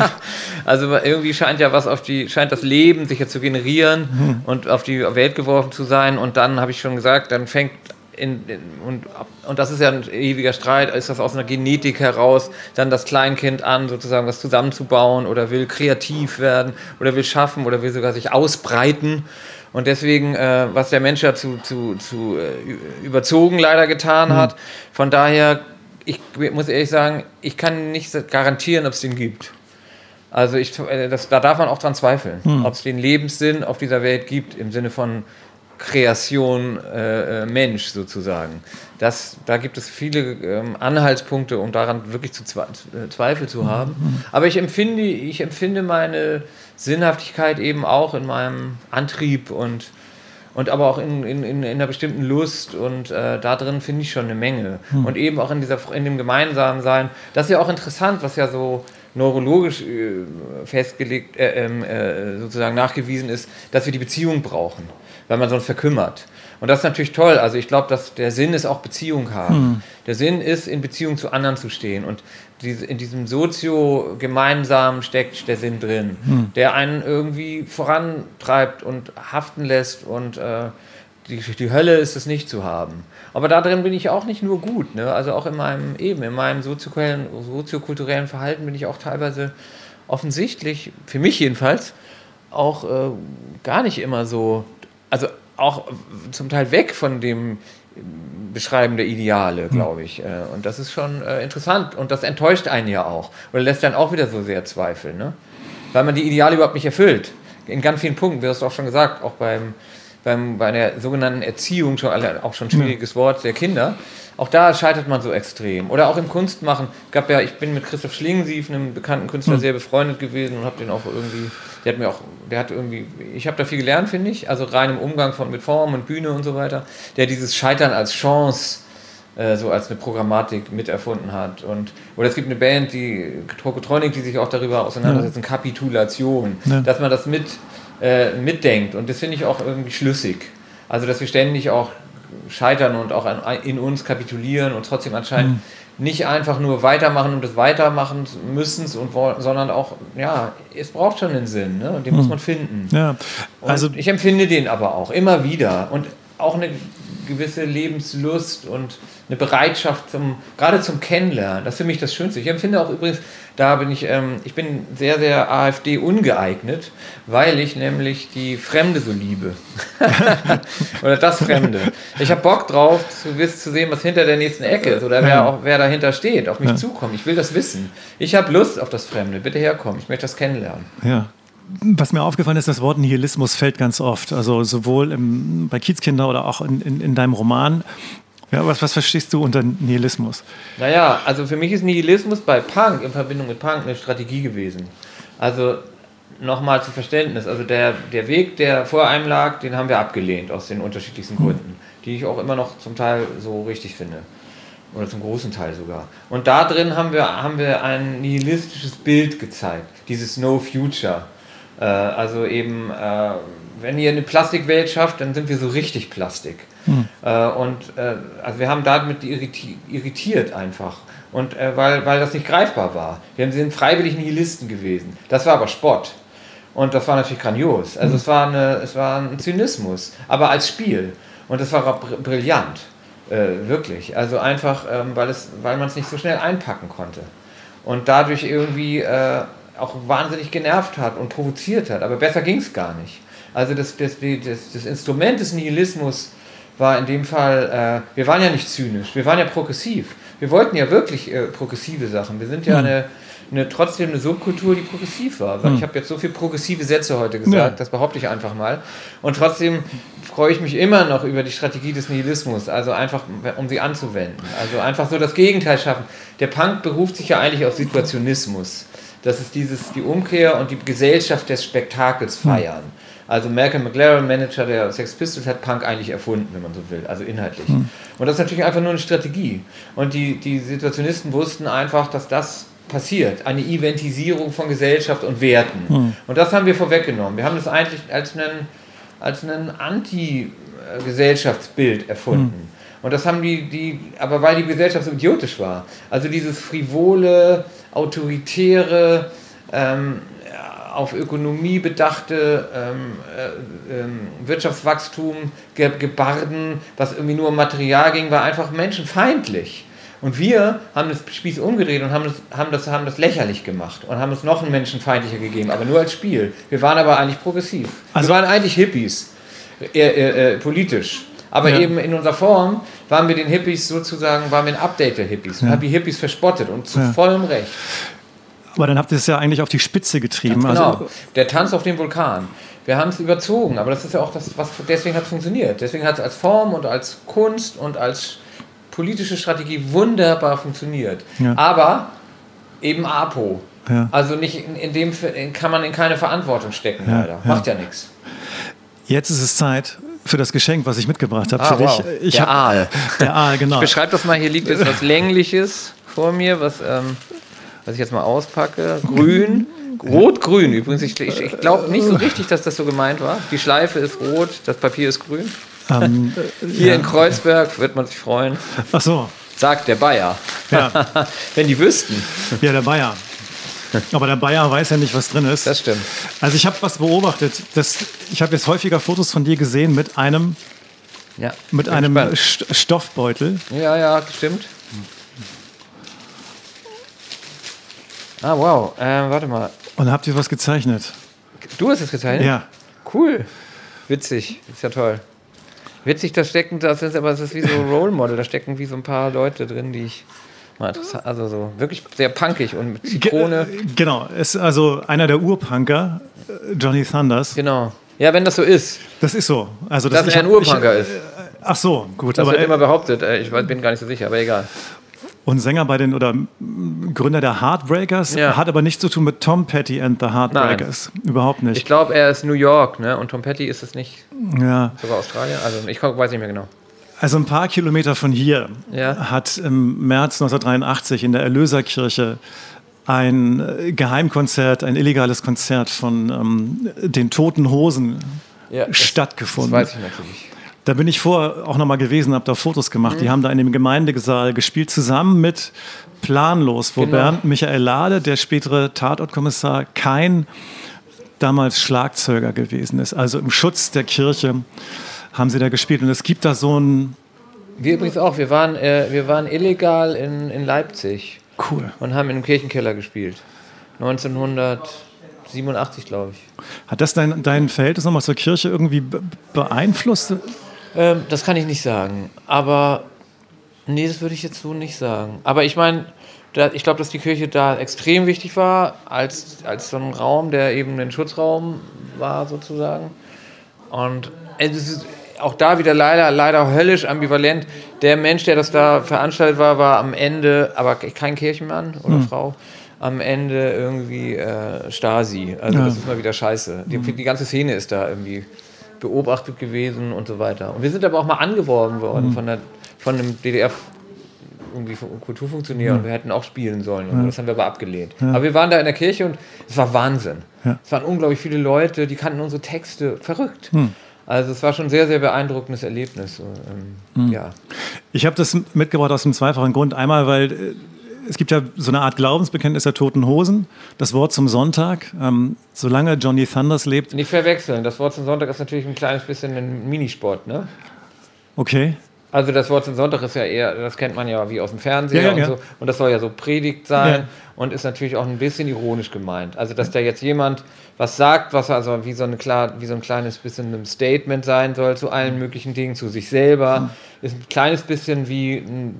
Also irgendwie scheint ja was auf die, scheint das Leben sich ja zu generieren mhm. und auf die Welt geworfen zu sein. Und dann habe ich schon gesagt, dann fängt in, in, und, und das ist ja ein ewiger Streit, ist das aus einer Genetik heraus, dann das Kleinkind an, sozusagen was zusammenzubauen oder will kreativ werden oder will schaffen oder will sogar sich ausbreiten. Und deswegen, äh, was der Mensch ja zu, zu, zu äh, überzogen leider getan hat, mhm. von daher, ich muss ehrlich sagen, ich kann nicht garantieren, ob es den gibt. Also ich, das, da darf man auch dran zweifeln, mhm. ob es den Lebenssinn auf dieser Welt gibt, im Sinne von Kreation äh, Mensch sozusagen. Das, da gibt es viele ähm, Anhaltspunkte, um daran wirklich zu zwe- Zweifel zu haben. Aber ich empfinde, ich empfinde meine Sinnhaftigkeit eben auch in meinem Antrieb und, und aber auch in, in, in einer bestimmten Lust und äh, da drin finde ich schon eine Menge. Hm. Und eben auch in, dieser, in dem gemeinsamen Sein. Das ist ja auch interessant, was ja so neurologisch äh, festgelegt, äh, äh, sozusagen nachgewiesen ist, dass wir die Beziehung brauchen, weil man sonst verkümmert. Und das ist natürlich toll. Also ich glaube, dass der Sinn ist auch Beziehung haben. Hm. Der Sinn ist, in Beziehung zu anderen zu stehen. Und diese, in diesem Sozio-Gemeinsamen steckt der Sinn drin, hm. der einen irgendwie vorantreibt und haften lässt. Und äh, die, die Hölle ist es nicht zu haben. Aber da drin bin ich auch nicht nur gut. Ne? Also auch in meinem, eben, in meinem soziokulturellen, soziokulturellen Verhalten bin ich auch teilweise offensichtlich, für mich jedenfalls, auch äh, gar nicht immer so... Also auch zum Teil weg von dem Beschreiben der Ideale, glaube ich. Und das ist schon interessant. Und das enttäuscht einen ja auch. Oder lässt dann auch wieder so sehr zweifeln. Ne? Weil man die Ideale überhaupt nicht erfüllt. In ganz vielen Punkten, wie hast du auch schon gesagt, auch beim, beim, bei der sogenannten Erziehung, schon, auch schon ein schwieriges Wort, der Kinder. Auch da scheitert man so extrem. Oder auch im Kunstmachen. Gab ja, ich bin mit Christoph Schlingensief, einem bekannten Künstler, sehr befreundet gewesen und habe den auch irgendwie, der hat mir auch, der hat irgendwie, ich habe da viel gelernt, finde ich, also rein im Umgang von, mit Form und Bühne und so weiter, der dieses Scheitern als Chance, äh, so als eine Programmatik miterfunden hat. Und, oder es gibt eine Band, die Tokotronic, die sich auch darüber auseinandersetzt, ja. Kapitulation, ja. Dass man das mit, äh, mitdenkt und das finde ich auch irgendwie schlüssig. Also, dass wir ständig auch scheitern und auch an, in uns kapitulieren und trotzdem anscheinend mhm. nicht einfach nur weitermachen um des Weitermachen müssen, und, sondern auch, ja, es braucht schon einen Sinn, ne? Und den mhm. muss man finden. Ja. Also und ich empfinde den aber auch immer wieder und auch eine gewisse Lebenslust und eine Bereitschaft zum, gerade zum Kennenlernen. Das ist für mich das Schönste. Ich empfinde auch übrigens, da bin ich, ähm, ich bin sehr, sehr AfD ungeeignet, weil ich nämlich die Fremde so liebe. Oder das Fremde. Ich habe Bock drauf, zu, zu sehen, was hinter der nächsten Ecke ist oder wer, auch, wer dahinter steht, auf mich ja. zukommt. Ich will das wissen. Ich habe Lust auf das Fremde. Bitte herkommen. Ich möchte das kennenlernen. Ja. Was mir aufgefallen ist, das Wort Nihilismus fällt ganz oft. Also sowohl im, bei Kiezkinder oder auch in, in, in deinem Roman. Ja, was, was verstehst du unter Nihilismus? Naja, also für mich ist Nihilismus bei Punk in Verbindung mit Punk eine Strategie gewesen. Also nochmal zum Verständnis. Also der, der Weg, der vor einem lag, den haben wir abgelehnt aus den unterschiedlichsten Gründen, die ich auch immer noch zum Teil so richtig finde. Oder zum großen Teil sogar. Und da drin haben wir, haben wir ein nihilistisches Bild gezeigt. Dieses No Future. Äh, also eben, äh, wenn ihr eine Plastikwelt schafft, dann sind wir so richtig Plastik. Hm. Äh, und äh, also wir haben damit irriti- irritiert einfach. Und äh, weil, weil das nicht greifbar war. Wir sind freiwillig Nihilisten gewesen. Das war aber Spott. Und das war natürlich grandios. Also hm. es, war eine, es war ein Zynismus, aber als Spiel. Und das war br- brillant. Äh, wirklich. Also einfach, ähm, weil, es, weil man es nicht so schnell einpacken konnte. Und dadurch irgendwie äh, auch wahnsinnig genervt hat und provoziert hat. Aber besser ging es gar nicht. Also das, das, das, das Instrument des Nihilismus war in dem Fall, äh, wir waren ja nicht zynisch, wir waren ja progressiv. Wir wollten ja wirklich äh, progressive Sachen. Wir sind ja mhm. eine, eine, trotzdem eine Subkultur, die progressiv war. Mhm. Ich habe jetzt so viele progressive Sätze heute gesagt, ja. Das behaupte ich einfach mal. Und trotzdem freue ich mich immer noch über die Strategie des Nihilismus, also einfach, um sie anzuwenden. Also einfach so das Gegenteil schaffen. Der Punk beruft sich ja eigentlich auf Situationismus. Das ist dieses, die Umkehr und die Gesellschaft des Spektakels feiern. Also Malcolm McLaren, Manager der Sex Pistols, hat Punk eigentlich erfunden, wenn man so will, also inhaltlich. Mhm. Und das ist natürlich einfach nur eine Strategie. Und die, die Situationisten wussten einfach, dass das passiert, eine Eventisierung von Gesellschaft und Werten. Mhm. Und das haben wir vorweggenommen. Wir haben das eigentlich als einen, als einen Anti-Gesellschaftsbild erfunden. Mhm. Und das haben die, die, aber weil die Gesellschaft so idiotisch war. Also dieses frivole, autoritäre, ähm, auf Ökonomie bedachte ähm, äh, ähm, Wirtschaftswachstum, Ge- Gebarden, was irgendwie nur um Material ging, war einfach menschenfeindlich. Und wir haben das Spieß umgedreht und haben das, haben, das, haben das lächerlich gemacht und haben es noch einen menschenfeindlicher gegeben, aber nur als Spiel. Wir waren aber eigentlich progressiv. Also wir waren eigentlich Hippies, äh, äh, äh, politisch. Aber ja. eben in unserer Form waren wir den Hippies sozusagen, waren wir ein Update der Hippies. Wir ja. haben die Hippies verspottet und zu ja. vollem Recht. Aber dann habt ihr es ja eigentlich auf die Spitze getrieben. Ganz genau, also, der Tanz auf dem Vulkan. Wir haben es überzogen, aber das ist ja auch das, was deswegen hat es funktioniert. Deswegen hat es als Form und als Kunst und als politische Strategie wunderbar funktioniert. Ja. Aber eben Apo. Ja. Also nicht in, in dem kann man in keine Verantwortung stecken, ja, leider. Macht ja, ja nichts. Jetzt ist es Zeit für das Geschenk, was ich mitgebracht habe ah, für wow. dich. Ich der hab, Aal. Der Aal, genau. Ich beschreibe das mal, hier liegt jetzt was Längliches vor mir, was, ähm, was ich jetzt mal auspacke. Grün, rot-grün übrigens. Ich, ich, ich glaube nicht so richtig, dass das so gemeint war. Die Schleife ist rot, das Papier ist grün. Um, hier ja. in Kreuzberg wird man sich freuen. Ach so. Sagt der Bayer. Ja. Wenn die wüssten. Ja, der Bayer. Aber der Bayer weiß ja nicht, was drin ist. Das stimmt. Also ich habe was beobachtet. Das, ich habe jetzt häufiger Fotos von dir gesehen mit einem, ja, mit einem St- Stoffbeutel. Ja, ja, stimmt. Ah, wow. Äh, warte mal. Und habt ihr was gezeichnet? Du hast es gezeichnet? Ja. Cool. Witzig. Ist ja toll. Witzig, da stecken, das ist aber das ist wie so Role Model, da stecken wie so ein paar Leute drin, die ich mal interessant, also so wirklich sehr punkig und mit Zitrone. Ge- genau, ist also einer der Urpunker, Johnny Thunders. Genau. Ja, wenn das so ist. Das ist so. Also, dass dass er ein Urpunker ich, ist. Ach so, gut. Das aber wird immer behauptet, ich bin gar nicht so sicher, aber egal. Und Sänger bei den, oder Gründer der Heartbreakers, ja. Hat aber nichts zu tun mit Tom Petty and the Heartbreakers. Nein. Überhaupt nicht. Ich glaube, er ist New York, ne? Und Tom Petty ist es nicht. Ja. Sogar Australien? Also ich weiß nicht mehr genau. Also ein paar Kilometer von hier ja. hat im März neunzehnhundertdreiundachtzig in der Erlöserkirche ein Geheimkonzert, ein illegales Konzert von ähm, den Toten Hosen ja, stattgefunden. Das weiß ich natürlich. Da bin ich vorher auch noch mal gewesen, habe da Fotos gemacht. Mhm. Die haben da in dem Gemeindesaal gespielt, zusammen mit Planlos, wo genau. Bernd Michael Lade, der spätere Tatortkommissar, kein damals Schlagzeuger gewesen ist. Also im Schutz der Kirche haben sie da gespielt. Und es gibt da so ein... Wir übrigens auch. Wir waren, äh, wir waren illegal in, in Leipzig. Cool. Und haben in einem Kirchenkeller gespielt. neunzehnhundertsiebenundachtzig, glaube ich. Hat das dein, dein Verhältnis nochmal zur Kirche irgendwie be- beeinflusst? Ähm, das kann ich nicht sagen. Aber, nee, das würde ich jetzt so nicht sagen. Aber ich meine, ich glaube, dass die Kirche da extrem wichtig war, als, als so ein Raum, der eben ein Schutzraum war, sozusagen. Und es ist auch da wieder leider, leider höllisch ambivalent. Der Mensch, der das da veranstaltet war, war am Ende, aber kein Kirchenmann oder hm. Frau, am Ende irgendwie äh, Stasi. Also ja. Das ist mal wieder scheiße. Die, die ganze Szene ist da irgendwie beobachtet gewesen und so weiter. Und wir sind aber auch mal angeworben worden hm. von, der, von einem D D R irgendwie Kulturfunktionär, ja. Und wir hätten auch spielen sollen. Und ja. Das haben wir aber abgelehnt. Ja. Aber wir waren da in der Kirche und es war Wahnsinn. Ja. Es waren unglaublich viele Leute, die kannten unsere Texte. Verrückt. Hm. Also es war schon ein sehr, sehr beeindruckendes Erlebnis. Ähm, hm. ja. Ich habe das mitgebracht aus einem zweifachen Grund. Einmal, weil äh, es gibt ja so eine Art Glaubensbekenntnis der Toten Hosen. Das Wort zum Sonntag. Ähm, solange Johnny Thunders lebt... Nicht verwechseln. Das Wort zum Sonntag ist natürlich ein kleines bisschen ein Minisport, ne? Okay. Also das Wort zum Sonntag ist ja eher, das kennt man ja wie aus dem Fernseher ja, ja, und ja. so. Und das soll ja so Predigt sein ja. und ist natürlich auch ein bisschen ironisch gemeint. Also dass da jetzt jemand was sagt, was also wie so, eine klar, wie so ein kleines bisschen ein Statement sein soll zu allen möglichen Dingen, zu sich selber, mhm. ist ein kleines bisschen wie ein,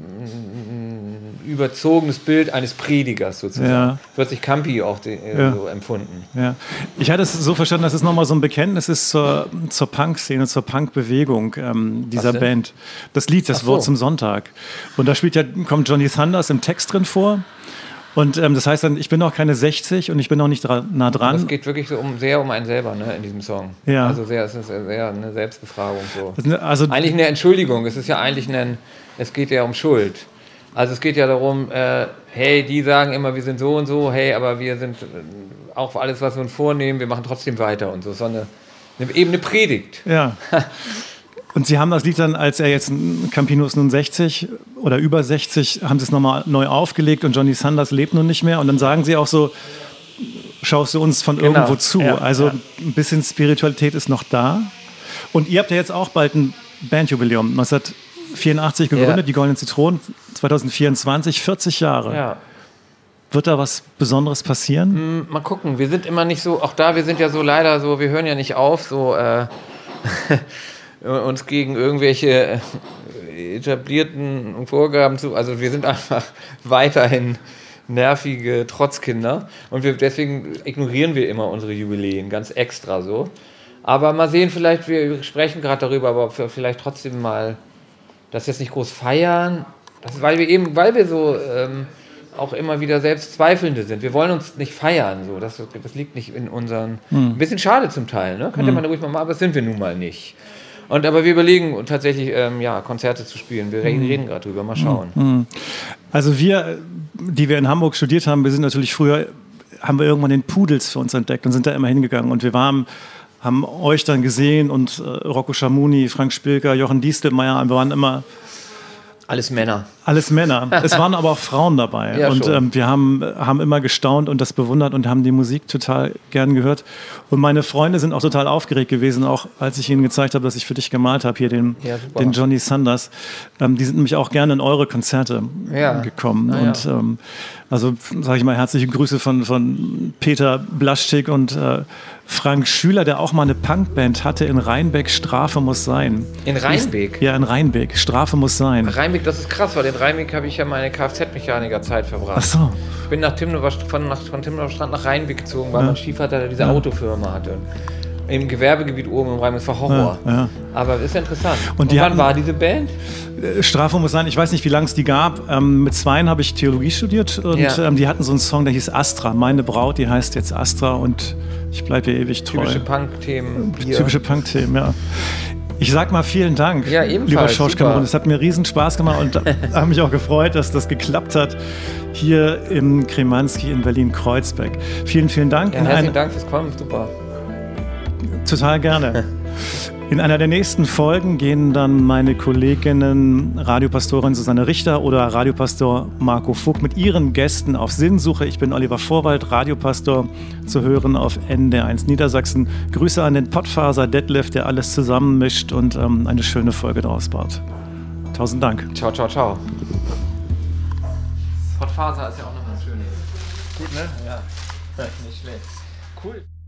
ein überzogenes Bild eines Predigers sozusagen. Ja. Wird sich Campi auch de, ja. so empfunden. Ja. Ich hatte es so verstanden, dass es nochmal so ein Bekenntnis ist zur, zur Punk-Szene, zur Punk-Bewegung ähm, dieser Band. Das Lied, das so. Wort zum Sonntag. Und da spielt ja, kommt Johnny Thunders im Text drin vor. Und ähm, das heißt dann, ich bin noch keine sechzig und ich bin noch nicht dra- nah dran. Es geht wirklich so um, sehr um einen selber, ne, in diesem Song. Ja. Also sehr, es ist sehr eine Selbstbefragung. So. Also, eigentlich eine Entschuldigung. Es ist ja eigentlich ein, es geht ja um Schuld. Also es geht ja darum, äh, hey, die sagen immer, wir sind so und so, hey, aber wir sind auch alles, was wir uns vornehmen, wir machen trotzdem weiter und so. So eine, eine, eben eine Predigt. Ja. Und Sie haben das Lied dann, als er jetzt Campino ist nun sechzig oder über sechzig, haben Sie es nochmal neu aufgelegt und Johnny Thunders lebt nun nicht mehr. Und dann sagen Sie auch so, schaust du uns von genau. irgendwo zu. Ja, also ja. ein bisschen Spiritualität ist noch da. Und ihr habt ja jetzt auch bald ein Bandjubiläum. neunzehnhundertvierundachtzig gegründet, ja. Die Goldenen Zitronen, zwanzig vierundzwanzig, vierzig Jahre. Ja. Wird da was Besonderes passieren? Mal gucken. Wir sind immer nicht so, auch da, wir sind ja so leider so, wir hören ja nicht auf, so... Äh, uns gegen irgendwelche etablierten Vorgaben zu, also wir sind einfach weiterhin nervige Trotzkinder und wir, deswegen ignorieren wir immer unsere Jubiläen ganz extra so. Aber mal sehen, vielleicht, wir sprechen gerade darüber, aber ob wir vielleicht trotzdem mal das jetzt nicht groß feiern, das, weil wir eben, weil wir so ähm, auch immer wieder Selbstzweifelnde sind. Wir wollen uns nicht feiern, so. Das, das liegt nicht in unseren, hm. ein bisschen schade zum Teil, ne? Könnte hm. man ruhig mal machen, aber das sind wir nun mal nicht. Und aber wir überlegen tatsächlich, ähm, ja, Konzerte zu spielen. Wir reden, reden gerade drüber, mal schauen. Also wir, die wir in Hamburg studiert haben, wir sind natürlich früher, haben wir irgendwann den Pudels für uns entdeckt und sind da immer hingegangen. Und wir waren, haben euch dann gesehen und äh, Rocco Schamoni, Frank Spilker, Jochen Diestelmeier, wir waren immer... Alles Männer. Alles Männer. Es waren aber auch Frauen dabei. Ja, und ähm, wir haben, haben immer gestaunt und das bewundert und haben die Musik total gern gehört. Und meine Freunde sind auch total aufgeregt gewesen, auch als ich ihnen gezeigt habe, dass ich für dich gemalt habe, hier den, ja, den Johnny Sanders. Ähm, die sind nämlich auch gerne in eure Konzerte ja. gekommen. Ah, und ja. ähm, also sage ich mal herzliche Grüße von, von Peter Blaschtig und äh, Frank Schüler, der auch mal eine Punkband hatte in Rheinbeck, Strafe muss sein. In Rheinbeck? Ja, in Rheinbeck, Strafe muss sein. Rheinbeck, das ist krass, weil in Rheinbeck habe ich ja meine Kfz-Mechaniker-Zeit verbracht. Ach so. Ich bin nach Timmendorfer, von, nach, von Timmendorfer Strand nach Rheinbeck gezogen, weil ja. mein Stiefvater diese ja. Autofirma hatte. Im Gewerbegebiet oben im Rhein, das war Horror. Ja, ja. Aber ist interessant. Und, Und wann hatten, war diese Band? Strafe muss sein, ich weiß nicht, wie lange es die gab. Ähm, mit Zweien habe ich Theologie studiert und ja. ähm, die hatten so einen Song, der hieß Astra. Meine Braut, die heißt jetzt Astra und ich bleibe ihr ewig treu. Typische Punk-Themen. Typische Punk-Themen, ja. Ich sag mal vielen Dank, ja, ebenfalls, lieber Schorsch Kamerun. Es hat mir riesen Spaß gemacht und habe mich auch gefreut, dass das geklappt hat hier im Kremanski in Berlin-Kreuzberg. Vielen, vielen Dank. Ja, herzlichen Dank fürs Kommen, super. Total gerne. In einer der nächsten Folgen gehen dann meine Kolleginnen Radiopastorin Susanne Richter oder Radiopastor Marco Vogt mit ihren Gästen auf Sinnsuche. Ich bin Oliver Vorwald, Radiopastor, zu hören auf N D R eins Niedersachsen. Grüße an den Pottfaser Detlef, der alles zusammenmischt und ähm, eine schöne Folge daraus baut. Tausend Dank. Ciao, ciao, ciao. Pottfaser ist ja auch noch was Schönes. Gut, ne? Ja. Nicht schlecht. Cool.